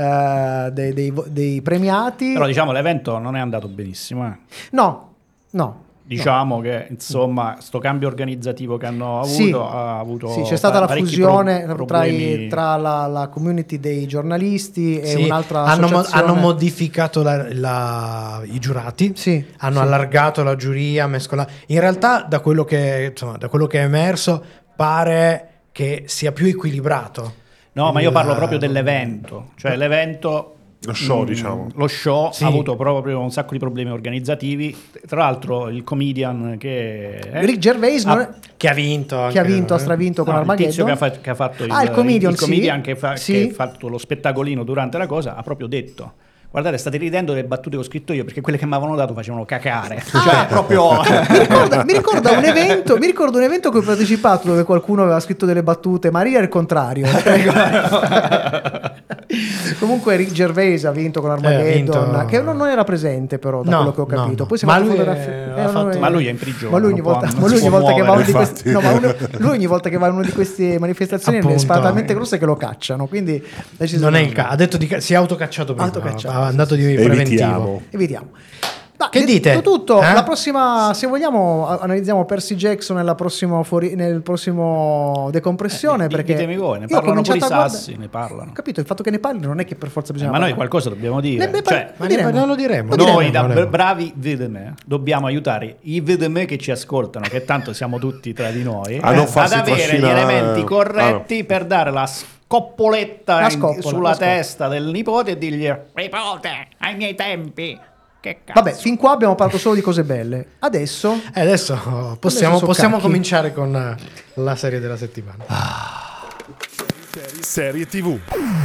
S4: eh, dei, dei vo- dei premiati.
S1: Però diciamo l'evento non è andato benissimo. eh.
S4: No, no.
S1: Diciamo che insomma sto cambio organizzativo che hanno avuto
S4: Sì.
S1: ha avuto
S4: Sì, c'è stata la
S1: parecchi
S4: fusione
S1: pro-
S4: tra, i-
S1: problemi.
S4: tra la, la community dei giornalisti e
S3: Sì,
S4: un'altra
S3: hanno, mo-
S4: associazione.
S3: hanno modificato la- la- i giurati,
S4: Sì,
S3: hanno
S4: sì.
S3: allargato la giuria, mescola- in realtà da quello, che, insomma, da quello che è emerso pare che sia più equilibrato.
S1: No, ma io
S3: Il-
S1: parlo proprio dell'evento, cioè l'evento
S2: Lo show,
S1: mm,
S2: diciamo.
S1: Lo show
S3: Sì.
S1: ha avuto proprio un sacco di problemi organizzativi. Tra l'altro il comedian che è,
S4: Rick Gervais non è-
S3: Che ha vinto anche,
S4: che ha vinto, ha
S3: eh?
S4: stravinto con
S1: no, il tizio
S4: Armageddon.
S1: che ha, fa- che ha fatto il,
S4: Ah, il comedian,
S1: il comedian
S4: sì.
S1: che, fa-
S4: Sì.
S1: che ha fatto lo spettacolino durante la cosa, ha proprio detto: guardate, state ridendo delle battute che ho scritto io perché quelle che mi avevano dato facevano cacare. Cioè, proprio.
S4: mi, ricorda, mi ricorda un evento mi ricordo un evento a cui ho partecipato dove qualcuno aveva scritto delle battute, Maria è il contrario. Comunque Rick Gervais ha vinto con
S3: Eh,
S4: Armageddon,
S3: ha vinto-
S4: che non, non era presente però da
S3: No,
S4: quello che ho
S3: no,
S4: capito.
S3: no.
S4: Poi si è
S3: Ma
S4: fatto
S3: lui
S4: fotografia-
S3: è-
S4: eh,
S3: ha fatto-
S4: non
S1: Ma lui è in prigione,
S4: Ma lui ogni
S1: non può-
S4: volta,
S1: non
S4: ma
S1: si
S4: lui ogni
S1: può
S4: volta che va a una di
S2: muovere,
S4: queste, no, ma uno-
S2: infatti.
S4: lui ogni volta che va a una di queste manifestazioni
S3: Appunto,
S4: ne spara talmente
S3: eh.
S4: grosse che lo cacciano. Quindi
S3: Non è il caso. Ha detto di ca- si è autocacciato prima.
S4: Autocacciato,
S3: Ha
S4: sì,
S3: andato di
S2: Evitiamo.
S3: preventivo.
S4: Evitiamo. Ma
S3: Che
S4: detto
S3: dite?
S4: tutto,
S3: Eh?
S4: la prossima, se vogliamo, a- analizziamo Percy Jackson nella prossima fuori, nel prossimo decompressione.
S1: Eh, di-
S4: perché
S1: ditemi voi, ne
S4: io ho
S1: parlano pure i
S4: cominciato a guarda-
S1: sassi, ne parlano.
S4: Ho capito, il fatto che ne parli non è che per forza
S1: Eh,
S4: bisogna
S1: ma noi
S4: parlare.
S1: qualcosa dobbiamo dire.
S4: Ne- ne-
S1: Cioè,
S3: Ma
S4: diremo.
S3: ne- non lo diremo.
S4: Lo
S1: noi
S4: diremo,
S1: da
S3: lo
S1: br-
S3: diremo.
S1: bravi vedeme dobbiamo aiutare i vedeme che ci ascoltano, che tanto siamo tutti tra di noi,
S2: A non
S1: ad
S2: farsi
S1: avere gli
S2: trascinare.
S1: elementi corretti per dare la scoppoletta
S4: La
S1: in-
S4: scoppola,
S1: sulla
S4: la scoppola.
S1: testa del nipote e dirgli nipote, ai miei tempi, che cazzo.
S4: Vabbè, fin qua abbiamo parlato solo di cose belle. Adesso
S3: E adesso possiamo,
S4: Adesso so
S3: possiamo
S4: cacchi.
S3: cominciare con eh, la serie della settimana.
S2: Serie tivù.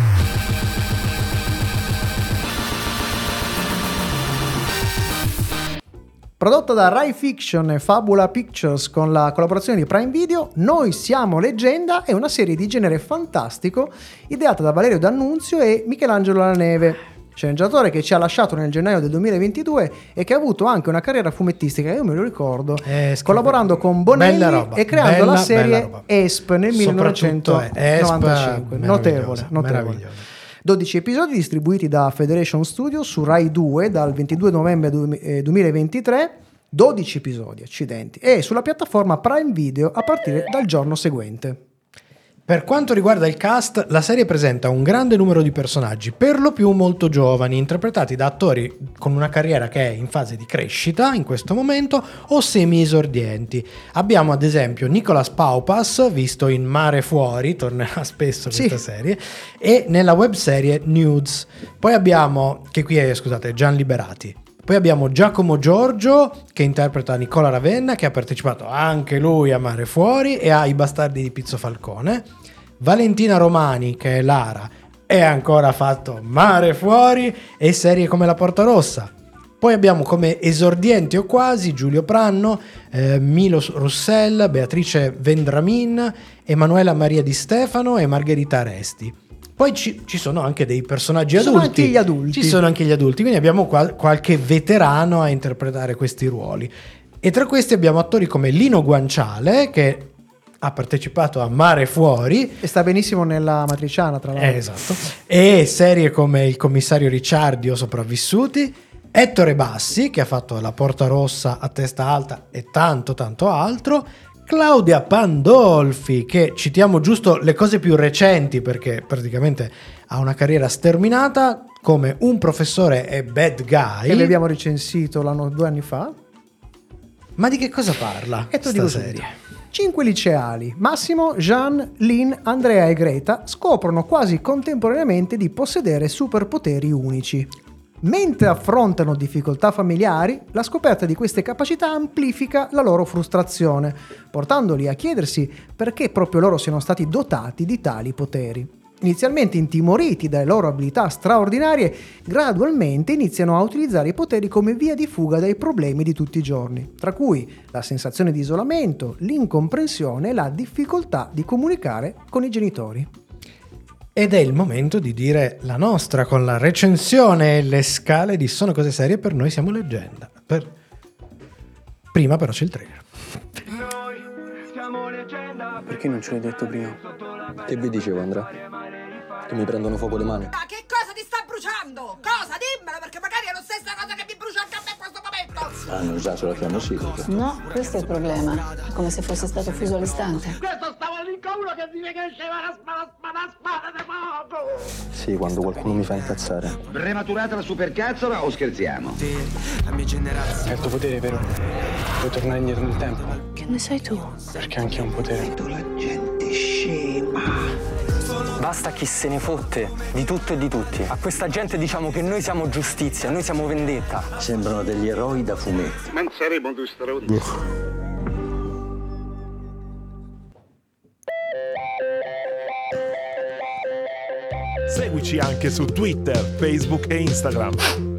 S4: prodotta da Rai Fiction e Fabula Pictures con la collaborazione di Prime Video, Noi siamo leggenda è una serie di genere fantastico ideata da Valerio D'Annunzio e Michelangelo La Neve, sceneggiatore che ci ha lasciato nel gennaio del duemilaventidue e che ha avuto anche una carriera fumettistica, io me lo ricordo,
S3: Eh,
S4: collaborando con Bonelli
S3: bella roba,
S4: e creando
S3: bella,
S4: la
S3: bella
S4: serie
S3: roba.
S4: E S P nel
S3: Soprattutto, eh, E S P,
S4: millenovecentonovantacinque. Notevole,
S3: meravigliosa,
S4: notevole.
S3: meravigliosa.
S4: dodici episodi distribuiti da Federation Studios su Rai due dal ventidue novembre du- eh, duemilaventitré, dodici episodi, accidenti, e sulla piattaforma Prime Video a partire dal giorno seguente.
S3: Per quanto riguarda il cast, la serie presenta un grande numero di personaggi, per lo più molto giovani, interpretati da attori con una carriera che è in fase di crescita in questo momento o semi-esordienti. Abbiamo ad esempio Nicolas Paupas, visto in Mare Fuori, tornerà spesso questa
S4: Sì.
S3: serie, e nella webserie Nudes. Poi abbiamo, che qui è, scusate, Gian Liberati. Poi abbiamo Giacomo Giorgio che interpreta Nicola Ravenna, che ha partecipato anche lui a Mare Fuori e a I Bastardi di Pizzo Falcone. Valentina Romani, che è Lara, e ha ancora fatto Mare Fuori e serie come La Porta Rossa. Poi abbiamo come esordienti o quasi Giulio Pranno, eh, Milo Russell, Beatrice Vendramin, Emanuela Maria Di Stefano e Margherita Aresti. Poi ci, ci sono anche dei personaggi
S4: Ci sono
S3: adulti.
S4: anche gli adulti.
S3: Ci sono anche gli adulti, quindi abbiamo qual- qualche veterano a interpretare questi ruoli. E tra questi abbiamo attori come Lino Guanciale, che ha partecipato a Mare Fuori,
S4: E sta benissimo nella matriciana, tra l'altro.
S3: eh, esatto, e serie come Il commissario Ricciardi o Sopravvissuti, Ettore Bassi, che ha fatto La Porta Rossa, A testa alta e tanto tanto altro, Claudia Pandolfi, che citiamo giusto le cose più recenti perché praticamente ha una carriera sterminata, come Un professore e Bad Guy.
S4: Che vi abbiamo recensito l'anno due anni fa.
S3: Ma di che cosa parla
S4: E te lo
S3: questa
S4: dico
S3: serie?
S4: subito. Cinque liceali, Massimo, Jean, Lynn, Andrea e Greta, scoprono quasi contemporaneamente di possedere superpoteri unici. Mentre affrontano difficoltà familiari, la scoperta di queste capacità amplifica la loro frustrazione, portandoli a chiedersi perché proprio loro siano stati dotati di tali poteri. Inizialmente intimoriti dalle loro abilità straordinarie, gradualmente iniziano a utilizzare i poteri come via di fuga dai problemi di tutti i giorni, tra cui la sensazione di isolamento, l'incomprensione e la difficoltà di comunicare con i genitori.
S3: Ed è il momento di dire la nostra con la recensione e le scale di Sono Cose Serie per Noi Siamo Leggenda. Per... Prima però c'è il trailer.
S8: Perché non ce l'hai detto prima? Che vi dicevo, Andrea? Che mi prendono fuoco le mani?
S9: Ma che cosa ti sta bruciando? Cosa? Dimmelo, perché magari è la stessa cosa che mi brucia anche a me in questo momento!
S8: Hanno usato la fiamma ossidrica.
S10: No, questo è il problema. È come se fosse stato fuso all'istante.
S9: Questo stava lì con uno che dice che sceva la spada, spada, spada di fuoco!
S8: Sì, quando qualcuno mi fa incazzare.
S11: Prematurata la supercazzola o scherziamo?
S8: La mia generazione. Hai il tuo potere, vero? Puoi tornare indietro nel tempo?
S10: Che ne sai tu?
S8: Perché anche ho un potere.
S11: La gente scema.
S8: Basta chi se ne fotte di tutto e di tutti. A questa gente diciamo che noi siamo giustizia, noi siamo vendetta.
S11: Sembrano degli eroi da fumetti. Ma non saremo due stronzi.
S2: Seguici anche su Twitter, Facebook e Instagram.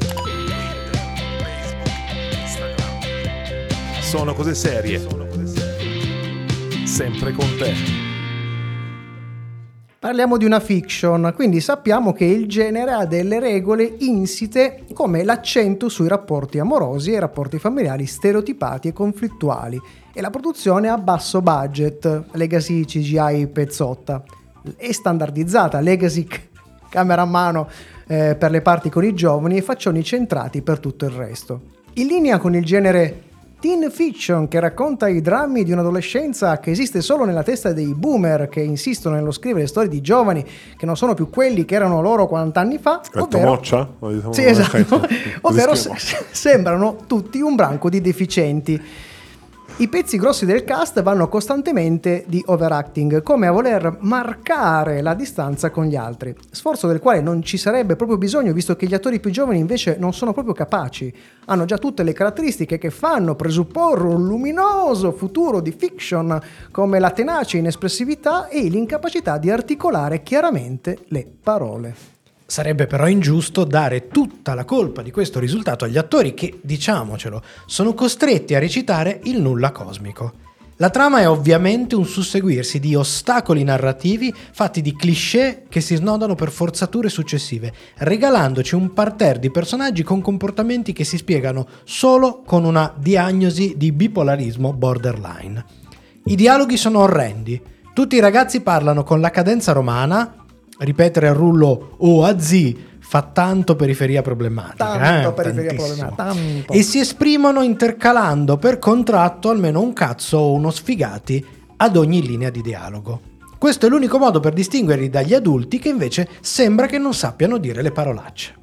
S2: Sono Cose Serie. Sempre con te.
S4: Parliamo di una fiction, quindi sappiamo che il genere ha delle regole insite, come l'accento sui rapporti amorosi e i rapporti familiari stereotipati e conflittuali, e la produzione a basso budget, legacy C G I pezzotta, è standardizzata, legacy camera a mano eh, per le parti con i giovani e faccioni centrati per tutto il resto. In linea con il genere teen fiction, che racconta i drammi di un'adolescenza che esiste solo nella testa dei boomer che insistono nello scrivere storie di giovani che non sono più quelli che erano loro quaranta anni fa, ovvero,
S2: moccia?
S4: sì, esatto, ovvero se- sembrano tutti un branco di deficienti. I pezzi grossi del cast vanno costantemente di overacting, come a voler marcare la distanza con gli altri, sforzo del quale non ci sarebbe proprio bisogno, visto che gli attori più giovani invece non sono proprio capaci, hanno già tutte le caratteristiche che fanno presupporre un luminoso futuro di fiction, come la tenace inespressività e l'incapacità di articolare chiaramente le parole.
S3: Sarebbe però ingiusto dare tutta la colpa di questo risultato agli attori che, diciamocelo, sono costretti a recitare il nulla cosmico. La trama è ovviamente un susseguirsi di ostacoli narrativi fatti di cliché che si snodano per forzature successive, regalandoci un parterre di personaggi con comportamenti che si spiegano solo con una diagnosi di bipolarismo borderline. I dialoghi sono orrendi. Tutti i ragazzi parlano con la cadenza romana. Ripetere al rullo o a zi fa tanto periferia problematica.
S4: Tanto
S3: eh,
S4: periferia
S3: tantissimo.
S4: problematica, tanto.
S3: E si esprimono intercalando per contratto almeno un cazzo o uno sfigati ad ogni linea di dialogo. Questo è l'unico modo per distinguerli dagli adulti che invece sembra che non sappiano dire le parolacce.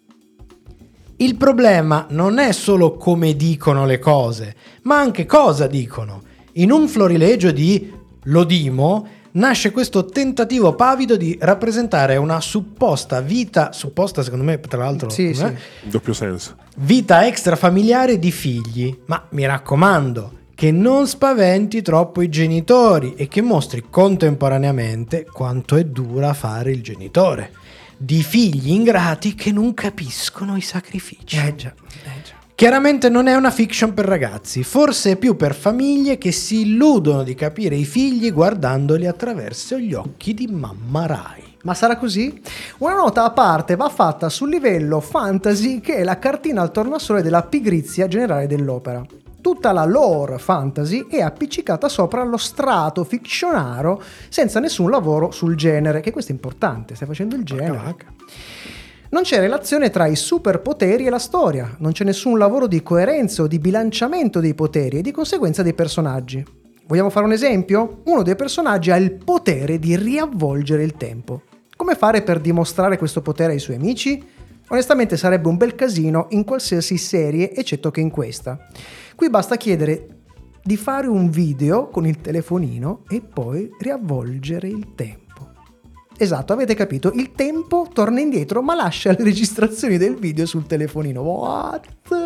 S3: Il problema non è solo come dicono le cose, ma anche cosa dicono. In un florilegio di Lodimo nasce questo tentativo pavido di rappresentare una supposta vita, supposta secondo me tra l'altro,
S4: sì,
S3: eh?
S4: sì.
S2: Doppio senso.
S3: Vita extrafamiliare di figli, ma mi raccomando che non spaventi troppo i genitori e che mostri contemporaneamente quanto è dura fare il genitore, di figli ingrati che non capiscono i sacrifici.
S4: Eh già, eh già.
S3: Chiaramente non è una fiction per ragazzi, forse è più per famiglie che si illudono di capire i figli guardandoli attraverso gli occhi di mamma Rai.
S4: Ma sarà così? Una nota a parte va fatta sul livello fantasy, che è la cartina al tornasole della pigrizia generale dell'opera. Tutta la lore fantasy è appiccicata sopra lo strato fictionaro senza nessun lavoro sul genere, che questo è importante, stai facendo il genere. Non c'è relazione tra i superpoteri e la storia, non c'è nessun lavoro di coerenza o di bilanciamento dei poteri e di conseguenza dei personaggi. Vogliamo fare un esempio? Uno dei personaggi ha il potere di riavvolgere il tempo. Come fare per dimostrare questo potere ai suoi amici? Onestamente sarebbe un bel casino in qualsiasi serie, eccetto che in questa. Qui basta chiedere di fare un video con il telefonino e poi riavvolgere il tempo. Esatto, avete capito, il tempo torna indietro ma lascia le registrazioni del video sul telefonino. What?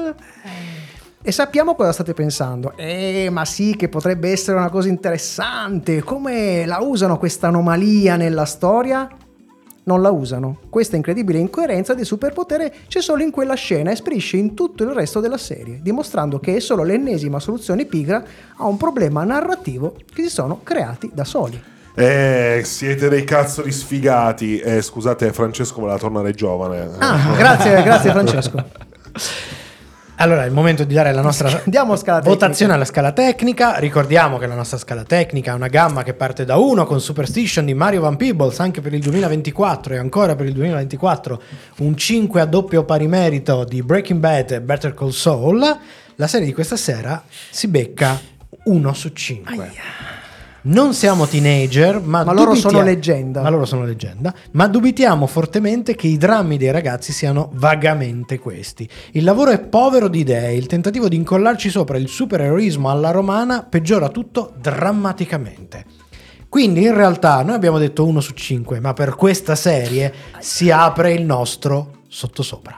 S4: E sappiamo cosa state pensando. Eh, ma sì, che potrebbe essere una cosa interessante. Come la usano questa anomalia nella storia? Non la usano. Questa incredibile incoerenza di superpotere c'è solo in quella scena e sprisce in tutto il resto della serie, dimostrando che è solo l'ennesima soluzione pigra a un problema narrativo che si sono creati da soli.
S2: Eh, siete dei cazzo di sfigati. Eh, scusate, Francesco voleva tornare giovane.
S4: Ah, grazie, grazie Francesco.
S3: Allora è il momento di dare la nostra
S4: Andiamo a scala
S3: votazione alla scala tecnica. Ricordiamo che la nostra scala tecnica è una gamma che parte da uno con Superstition di Mario Van Peebles anche per il duemilaventiquattro e ancora per il duemilaventiquattro un cinque a doppio pari merito di Breaking Bad e Better Call Saul. La serie di questa sera si becca uno su cinque. Aia. Non siamo teenager, ma,
S4: ma loro
S3: dubitia-
S4: sono leggenda.
S3: Ma loro sono leggenda. Ma dubitiamo fortemente che i drammi dei ragazzi siano vagamente questi. Il lavoro è povero di idee, il tentativo di incollarci sopra il supereroismo alla romana peggiora tutto drammaticamente. Quindi in realtà noi abbiamo detto uno su cinque, ma per questa serie si apre il nostro sottosopra.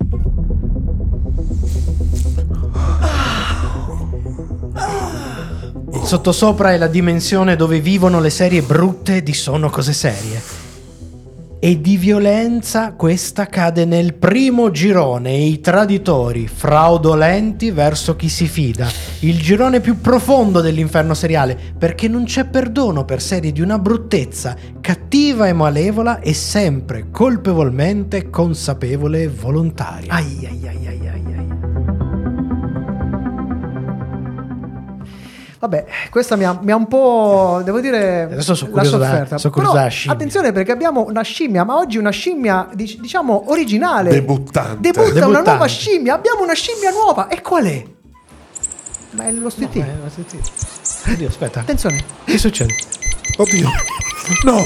S3: Il sottosopra è la dimensione dove vivono le serie brutte di Sono Cose Serie. E di violenza questa cade nel primo girone, i traditori fraudolenti verso chi si fida, il girone più profondo dell'inferno seriale, perché non c'è perdono per serie di una bruttezza cattiva e malevola e sempre colpevolmente consapevole e volontaria.
S4: Ai ai ai ai ai ai. Vabbè, questa mi ha, mi ha un po', devo dire,
S3: Adesso sono
S4: la
S3: curioso da-
S4: sofferta.
S3: sono curioso
S4: Però,
S3: della scimmia.
S4: attenzione, perché abbiamo una scimmia, ma oggi una scimmia dic- diciamo originale.
S2: Debuttante.
S4: Debutta una
S3: Debuttante.
S4: nuova scimmia. Abbiamo una scimmia nuova. E qual è? Ma è lo Stiti.
S3: No, eh, lo Stiti. Oddio, aspetta.
S4: Attenzione.
S3: Che succede?
S2: Oddio. No.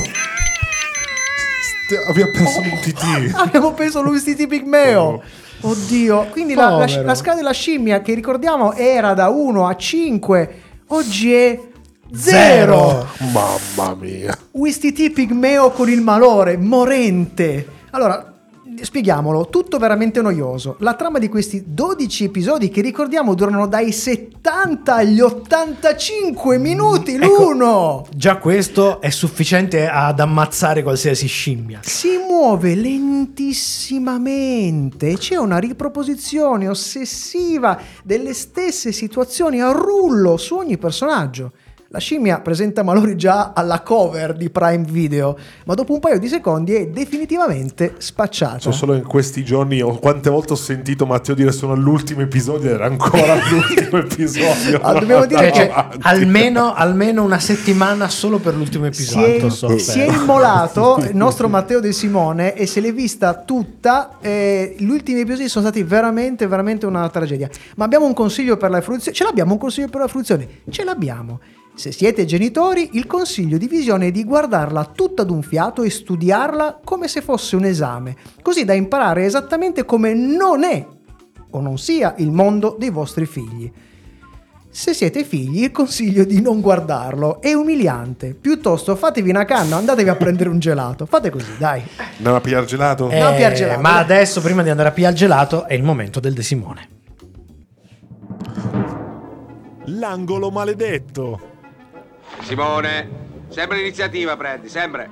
S2: St- abbiamo perso un T T.
S4: Abbiamo preso lo Stiti Pigmeo. Oddio. Quindi la, la,
S3: Povero.
S4: la scala della scimmia, che ricordiamo era da uno a cinque, oggi è zero.
S2: Mamma mia.
S4: Wistiti Pigmeo con il malore, morente. Allora, spieghiamolo, tutto veramente noioso. La trama di questi dodici episodi, che ricordiamo durano dai settanta agli ottantacinque minuti l'uno.
S3: Ecco, già questo è sufficiente ad ammazzare qualsiasi scimmia.
S4: Si muove lentissimamente, c'è una riproposizione ossessiva delle stesse situazioni a rullo su ogni personaggio. La scimmia presenta malori già alla cover di Prime Video, ma dopo un paio di secondi è definitivamente spacciata.
S2: Cioè, solo in questi giorni ho, quante volte ho sentito Matteo dire sono all'ultimo episodio ed era ancora all'ultimo episodio.
S4: Ah, dobbiamo dire
S3: Cioè,
S4: che
S3: cioè, almeno, almeno una settimana solo per l'ultimo
S4: si
S3: episodio.
S4: è, si è immolato il nostro Matteo De Simone e se l'è vista tutta. Eh, gli ultimi episodi sono stati veramente veramente una tragedia. Ma abbiamo un consiglio per la fruizione? Ce l'abbiamo un consiglio per la fruizione? Ce l'abbiamo. Se siete genitori, il consiglio di visione è di guardarla tutta d'un fiato e studiarla come se fosse un esame, così da imparare esattamente come non è o non sia il mondo dei vostri figli. Se siete figli, il consiglio è di non guardarlo, è umiliante. Piuttosto fatevi una canna, andatevi a prendere un gelato. Fate così, dai.
S2: Andiamo a pigliare gelato?
S3: Eh,
S4: No, pigliare gelato.
S3: ma adesso, prima di andare a pigliare il gelato, è il momento del De Simone.
S12: L'angolo maledetto.
S13: Simone, sempre l'iniziativa prendi, sempre.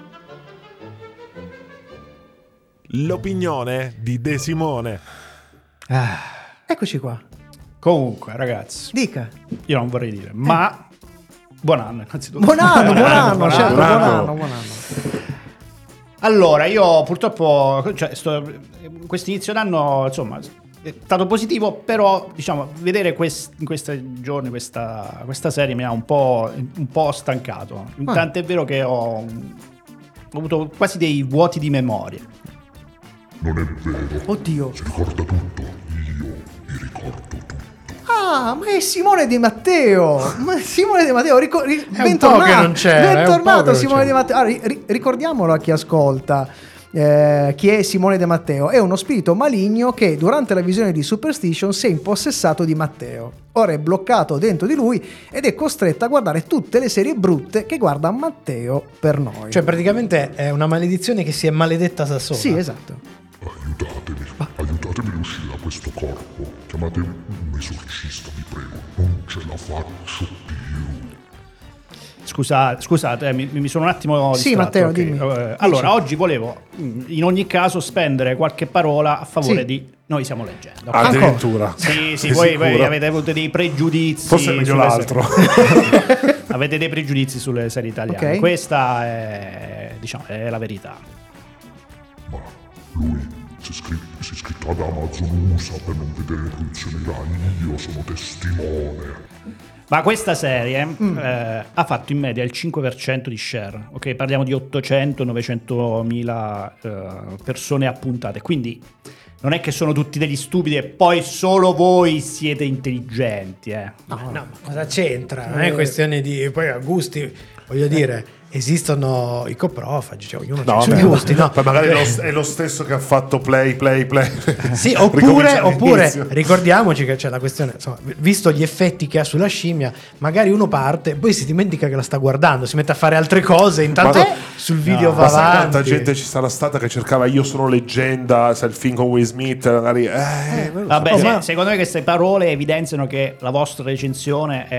S12: L'opinione di De Simone.
S1: Ah,
S4: Eccoci qua.
S1: comunque, ragazzi,
S4: Dica.
S1: io non vorrei dire, ma buon anno innanzitutto.
S4: Buon anno, buon anno,
S1: buon
S4: certo,
S1: anno.
S4: buon anno, buon anno.
S1: Allora, io purtroppo, cioè, sto, questo inizio d'anno, insomma, è stato positivo, però diciamo vedere quest, in questi giorni questa, questa serie mi ha un po', un po' stancato.
S4: Ah.
S1: Tanto è vero che ho, ho avuto quasi dei vuoti di memoria.
S6: Non è vero.
S4: Oddio.
S6: Si ricorda tutto. Io mi ricordo tutto.
S4: Ah, ma è Simone Di Matteo. Ma Simone Di Matteo, ricor- ri-
S3: È un
S4: bentornato.
S3: po' che non c'era, è un po'
S4: Bentornato
S3: che non
S4: Simone
S3: c'era.
S4: Di Matteo. Allora, ri- ricordiamolo a chi ascolta. Eh, chi è Simone De Matteo? È uno spirito maligno che durante la visione di Superstition si è impossessato di Matteo. Ora è bloccato dentro di lui ed è costretto a guardare tutte le serie brutte che guarda Matteo per noi.
S3: Cioè, praticamente è una maledizione che si è maledetta da sola.
S4: Sì, esatto.
S6: Aiutatemi, aiutatemi ad uscire da questo corpo. Chiamate un esorcista, vi prego. Non ce la faccio più.
S1: Scusa, scusate, eh, mi, mi sono un attimo
S4: Sì,
S1: distratto,
S4: Matteo,
S1: ok.
S4: dimmi.
S1: Eh, allora,
S4: Dici.
S1: oggi volevo mh, in ogni caso spendere qualche parola a favore
S4: Sì.
S1: di Noi siamo leggenda.
S2: Ah, addirittura.
S1: Sì, sì,
S2: Sei
S1: voi, voi
S2: sicuro?
S1: avete avuto dei pregiudizi.
S2: Forse è meglio
S1: sulle
S2: l'altro.
S1: serie- avete dei pregiudizi sulle serie italiane.
S4: Ok.
S1: Questa è, diciamo, è la verità.
S6: Ma lui si è iscritto, si è iscritto ad Amazon U S A per non vedere le produzioni Rai. Io sono testimone.
S1: Ma questa serie
S4: Mm.
S1: eh, ha fatto in media il cinque per cento di share, ok? Parliamo di ottocento novecentomila eh, persone appuntate, quindi non è che sono tutti degli stupidi e poi solo voi siete intelligenti, eh.
S3: No, no, ma cosa c'entra? Non
S4: Eh.
S3: è questione di poi a gusti, voglio dire, esistono i coprofagi, cioè ognuno
S2: No,
S3: ha i suoi
S2: vabbè,
S3: gusti, no?
S2: poi magari è lo, è lo stesso che ha fatto play, play, play.
S3: Sì, oppure,
S2: Ricomincia
S3: oppure
S2: all'inizio.
S3: ricordiamoci che c'è la questione, insomma, visto gli effetti che ha sulla scimmia, magari uno parte, poi si dimentica che la sta guardando, si mette a fare altre cose, intanto
S2: Ma-
S3: sul video
S2: No,
S3: va
S2: ma sai
S3: avanti.
S2: quanta gente ci sarà stata che cercava Io sono leggenda, sai il film con Will Smith, magari, eh, non lo so.
S1: Vabbè,
S3: Oh,
S1: se-
S3: ma-
S1: secondo me queste parole evidenziano che la vostra recensione è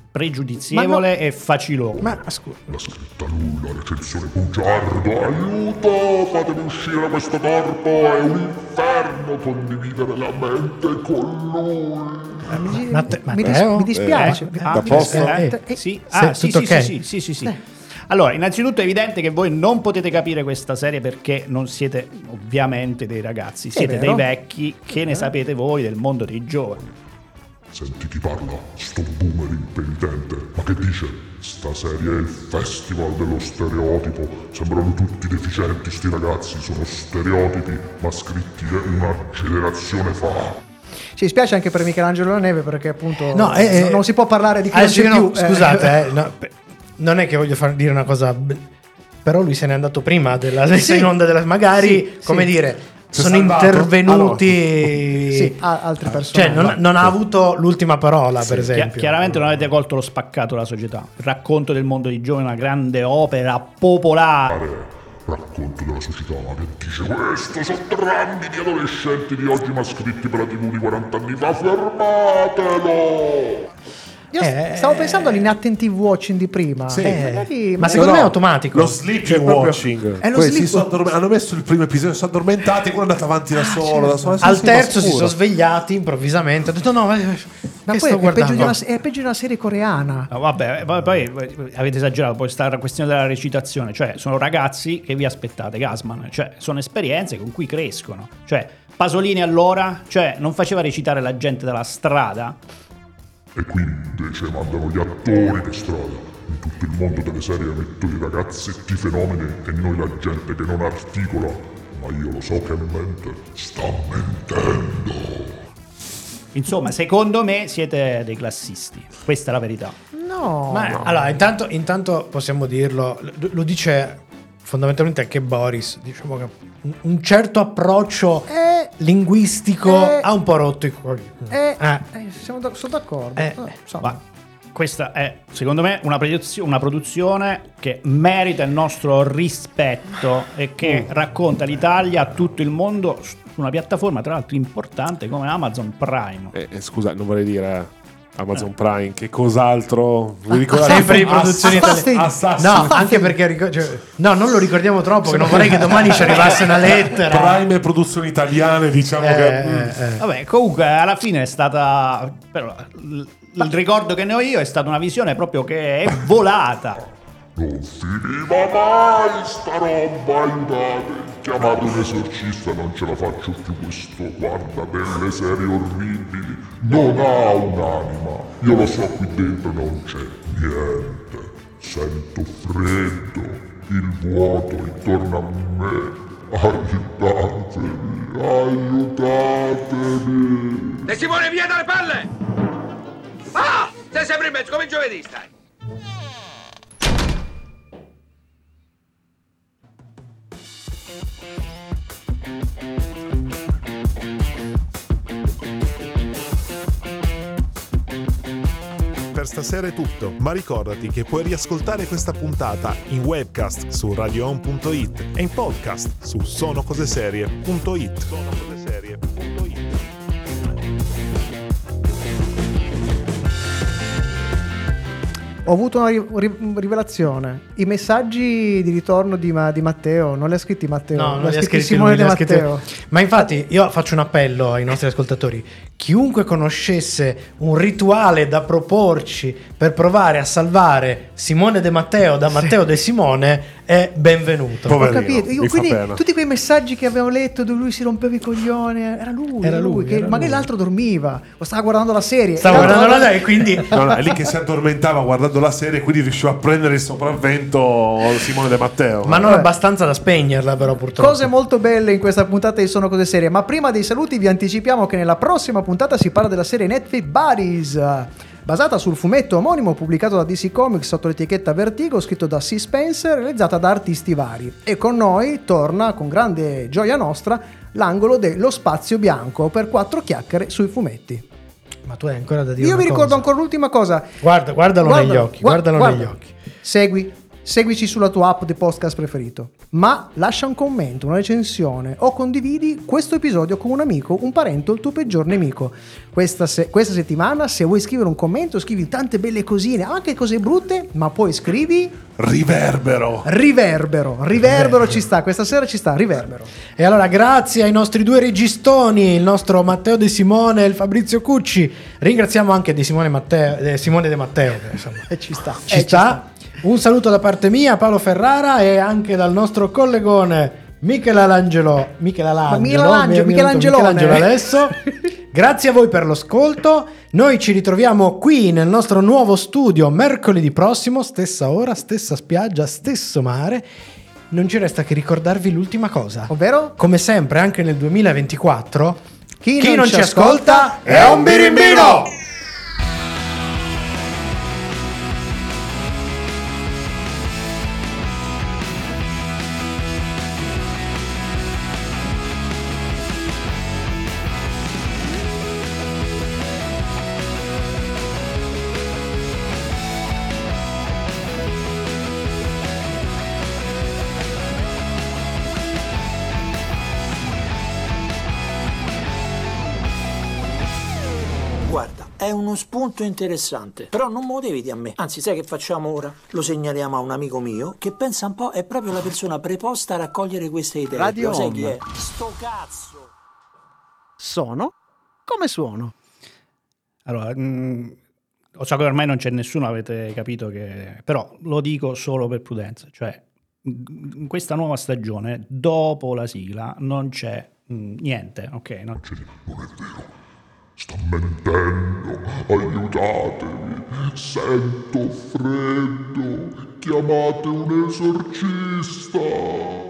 S1: pregiudizievole
S4: Ma no.
S1: e facilone.
S4: Ma scusa.
S6: La scritta lui, la recensione bugiardo, aiuto, fatemi uscire da questo corpo, è un inferno condividere la mente con lui.
S4: Mi,
S3: Matte-
S4: mi, dis-
S3: Matteo?
S4: mi dispiace.
S1: Eh,
S4: mi-
S1: ah,
S4: mi dispiace.
S3: eh,
S4: Eh,
S1: Sì,
S3: Se-
S1: ah, sì,
S3: tutto
S1: sì,
S3: ok?
S1: sì, sì, sì, sì. Allora, innanzitutto è evidente che voi non potete capire questa serie perché non siete ovviamente dei ragazzi, siete
S4: vero.
S1: dei vecchi che ne sapete voi del mondo dei giovani.
S6: Senti chi parla, sto boomer impenitente. Ma che dice? Sta serie è il festival dello stereotipo. Sembrano tutti deficienti sti ragazzi, sono stereotipi, ma scritti una generazione fa.
S4: Ci dispiace anche per Michelangelo La Neve perché appunto
S3: No, eh,
S4: non, non si può parlare di chi non
S3: adesso
S4: c'è
S3: io no,
S4: più. eh.
S3: scusate, eh, no, pe- non è che voglio far dire una cosa, b- però lui se n'è andato prima della messa
S4: Sì.
S3: in onda della, magari,
S4: Sì,
S3: come
S4: sì.
S3: dire,
S2: Si è
S3: sono
S2: salvato?
S3: intervenuti.
S4: Sì, a- altre
S3: Cioè,
S4: persone.
S3: non, non ha avuto l'ultima parola, per
S1: Chia-
S3: esempio.
S1: chiaramente non avete colto lo spaccato della società. Il racconto del mondo dei giovani è una grande opera popolare.
S6: Racconto della società che dice questo, sono drammi di adolescenti di oggi ma scritti per la tivù di quaranta anni fa, fermatelo!
S4: Io
S3: Eh.
S4: stavo pensando all'inattentive watching di prima.
S2: Sì.
S4: Eh, magari-
S3: Ma
S4: magari-
S3: secondo me è automatico.
S2: Lo sleeping
S4: Cioè, proprio-
S2: watching.
S4: È lo
S2: Quelli
S4: sleep-
S2: si sono addorme- hanno messo il primo episodio, si sono addormentati, quello è andato avanti da solo. Da solo. Sì,
S3: Al
S2: sì,
S3: terzo
S2: ma
S3: si
S2: scuro.
S3: sono svegliati improvvisamente. Ho detto no, ma,
S4: Ma
S3: che
S4: poi
S3: sto
S4: è peggio,
S3: guardando?
S4: di una, è peggio di una serie coreana.
S1: No, vabbè, poi, poi avete esagerato, poi sta la questione della recitazione, cioè sono ragazzi che vi aspettate, Gasman, cioè sono esperienze con cui crescono. Cioè Pasolini allora, cioè non faceva recitare la gente dalla strada.
S6: E qui invece mandano gli attori per strada. In tutto il mondo delle serie mettono i ragazzetti fenomeni e noi la gente che non articola. Ma io lo so che mente sta mentendo.
S1: Insomma, secondo me siete dei classisti, questa è la verità.
S4: No.
S3: Ma
S4: no.
S3: allora, intanto, intanto possiamo dirlo, lo, lo dice fondamentalmente anche Boris, diciamo che un, un certo approccio
S4: Eh,
S3: linguistico
S4: eh,
S3: ha un po' rotto i cuori.
S4: eh,
S3: Eh.
S4: eh, siamo da- sono d'accordo.
S3: Eh.
S4: Eh, insomma.
S1: Ma questa è, secondo me, una, produzio- una produzione che merita il nostro rispetto e che racconta l'Italia a tutto il mondo su una piattaforma, tra l'altro, importante come Amazon Prime.
S2: Eh, eh, scusa, non vorrei dire Amazon Prime, che cos'altro? Vi ricordate?
S3: Sempre in produzioni
S4: Assassin.
S3: italiane.
S2: Assassin.
S3: No, anche perché ricor- cioè, no, non lo ricordiamo troppo, che non vorrei che domani ci arrivasse una lettera.
S2: Prime e produzioni italiane, diciamo
S3: Eh,
S2: che...
S3: eh,
S2: mm.
S3: eh.
S1: Vabbè, comunque alla fine è stata. Però, l- il ricordo che ne ho io è stata una visione proprio che è volata.
S6: Non finiva mai sta roba, aiutate. Chiamate un esorcista, non ce la faccio più questo. Guarda delle serie orribili. Non ha un'anima. Io lo so, qui dentro non c'è niente. Sento freddo, il vuoto intorno a me. Aiutatemi, aiutatemi.
S13: Te Simone, via dalle palle! Ah! Sei sempre in mezzo, come giovedì stai.
S12: Per stasera è tutto, ma ricordati che puoi riascoltare questa puntata in webcast su radioon punto it e in podcast su sonocoseserie punto it. sonocoseserie punto it.
S4: Ho avuto una ri- ri- rivelazione. I messaggi di ritorno di, Ma- di Matteo non li ha scritti Matteo,
S3: No,
S4: li
S3: non
S4: ha
S3: li ha
S4: scritti
S3: scritti
S4: Simone
S3: lui,
S4: De
S3: li ha scritti-
S4: Matteo.
S3: Ma infatti io faccio un appello ai nostri ascoltatori. Chiunque conoscesse un rituale da proporci per provare a salvare Simone De Matteo da Matteo De Simone è benvenuto.
S4: Ho capito. Io, quindi tutti quei messaggi che avevo letto dove lui si rompeva i coglioni, era lui,
S3: Era lui,
S4: che
S3: era
S4: magari
S3: lui.
S4: l'altro dormiva o stava guardando la serie.
S3: Stavo
S4: L'altro-
S3: guardando la serie, quindi
S2: No, no, è lì che si addormentava guardando la serie, quindi riusciva a prendere il sopravvento Simone De Matteo.
S3: ma non abbastanza da spegnerla, però purtroppo.
S4: Cose molto belle in questa puntata di Sono Cose Serie, ma prima dei saluti vi anticipiamo che nella prossima puntata si parla della serie Netflix Buddies, basata sul fumetto omonimo pubblicato da D C Comics sotto l'etichetta Vertigo, scritto da C. Spencer, realizzata da artisti vari. E con noi torna, con grande gioia nostra, l'angolo dello spazio bianco per quattro chiacchiere sui fumetti.
S3: Ma tu hai ancora da dire
S4: Io
S3: una
S4: vi ricordo
S3: cosa.
S4: ancora l'ultima cosa.
S3: Guarda, guardalo
S4: Guarda-
S3: negli occhi,
S4: guarda-
S3: guardalo
S4: guarda.
S3: negli occhi.
S4: Segui, seguici sulla tua app di podcast preferito, ma lascia un commento, una recensione o condividi questo episodio con un amico, un parente o il tuo peggior nemico. Questa, se- questa settimana, se vuoi scrivere un commento, scrivi tante belle cosine, anche cose brutte, ma poi scrivi
S2: riverbero.
S4: Riverbero, riverbero ci sta, questa sera ci sta, riverbero.
S3: E allora grazie ai nostri due registoni, il nostro Matteo De Simone e il Fabrizio Cucci. Ringraziamo anche De Simone, Matteo, eh, Simone De Matteo, che, insomma,
S4: E ci sta.
S3: ci
S4: eh, ci
S3: sta. Un saluto da parte mia, Paolo Ferrara, e anche dal nostro collegone Michelangelo Michelangelo
S4: Michelangelo, Michelangelone.
S3: Michelangelo adesso. Grazie a voi per l'ascolto. Noi ci ritroviamo qui nel nostro nuovo studio mercoledì prossimo, stessa ora, stessa spiaggia, stesso mare. Non ci resta che ricordarvi l'ultima cosa,
S4: ovvero,
S3: come sempre anche nel duemilaventiquattro,
S4: chi,
S3: chi
S4: non,
S3: non
S4: ci
S3: ci
S4: ascolta,
S3: ascolta è un birimbino!
S14: Guarda, è uno spunto interessante, però non me lo devi dire a me. Anzi, sai che facciamo ora? Lo segnaliamo a un amico mio che pensa un po', è proprio la persona preposta a raccogliere queste idee.
S5: Radio
S14: Lo sai
S5: Home.
S14: chi è? Sto cazzo!
S5: Sono come suono.
S1: Allora, mh, lo so che ormai non c'è nessuno, avete capito che... Però lo dico solo per prudenza, cioè in questa nuova stagione, dopo la sigla, non c'è mh, niente, ok? Non c'è.
S6: Non è vero. Sta mentendo, aiutatemi, sento freddo, chiamate un esorcista.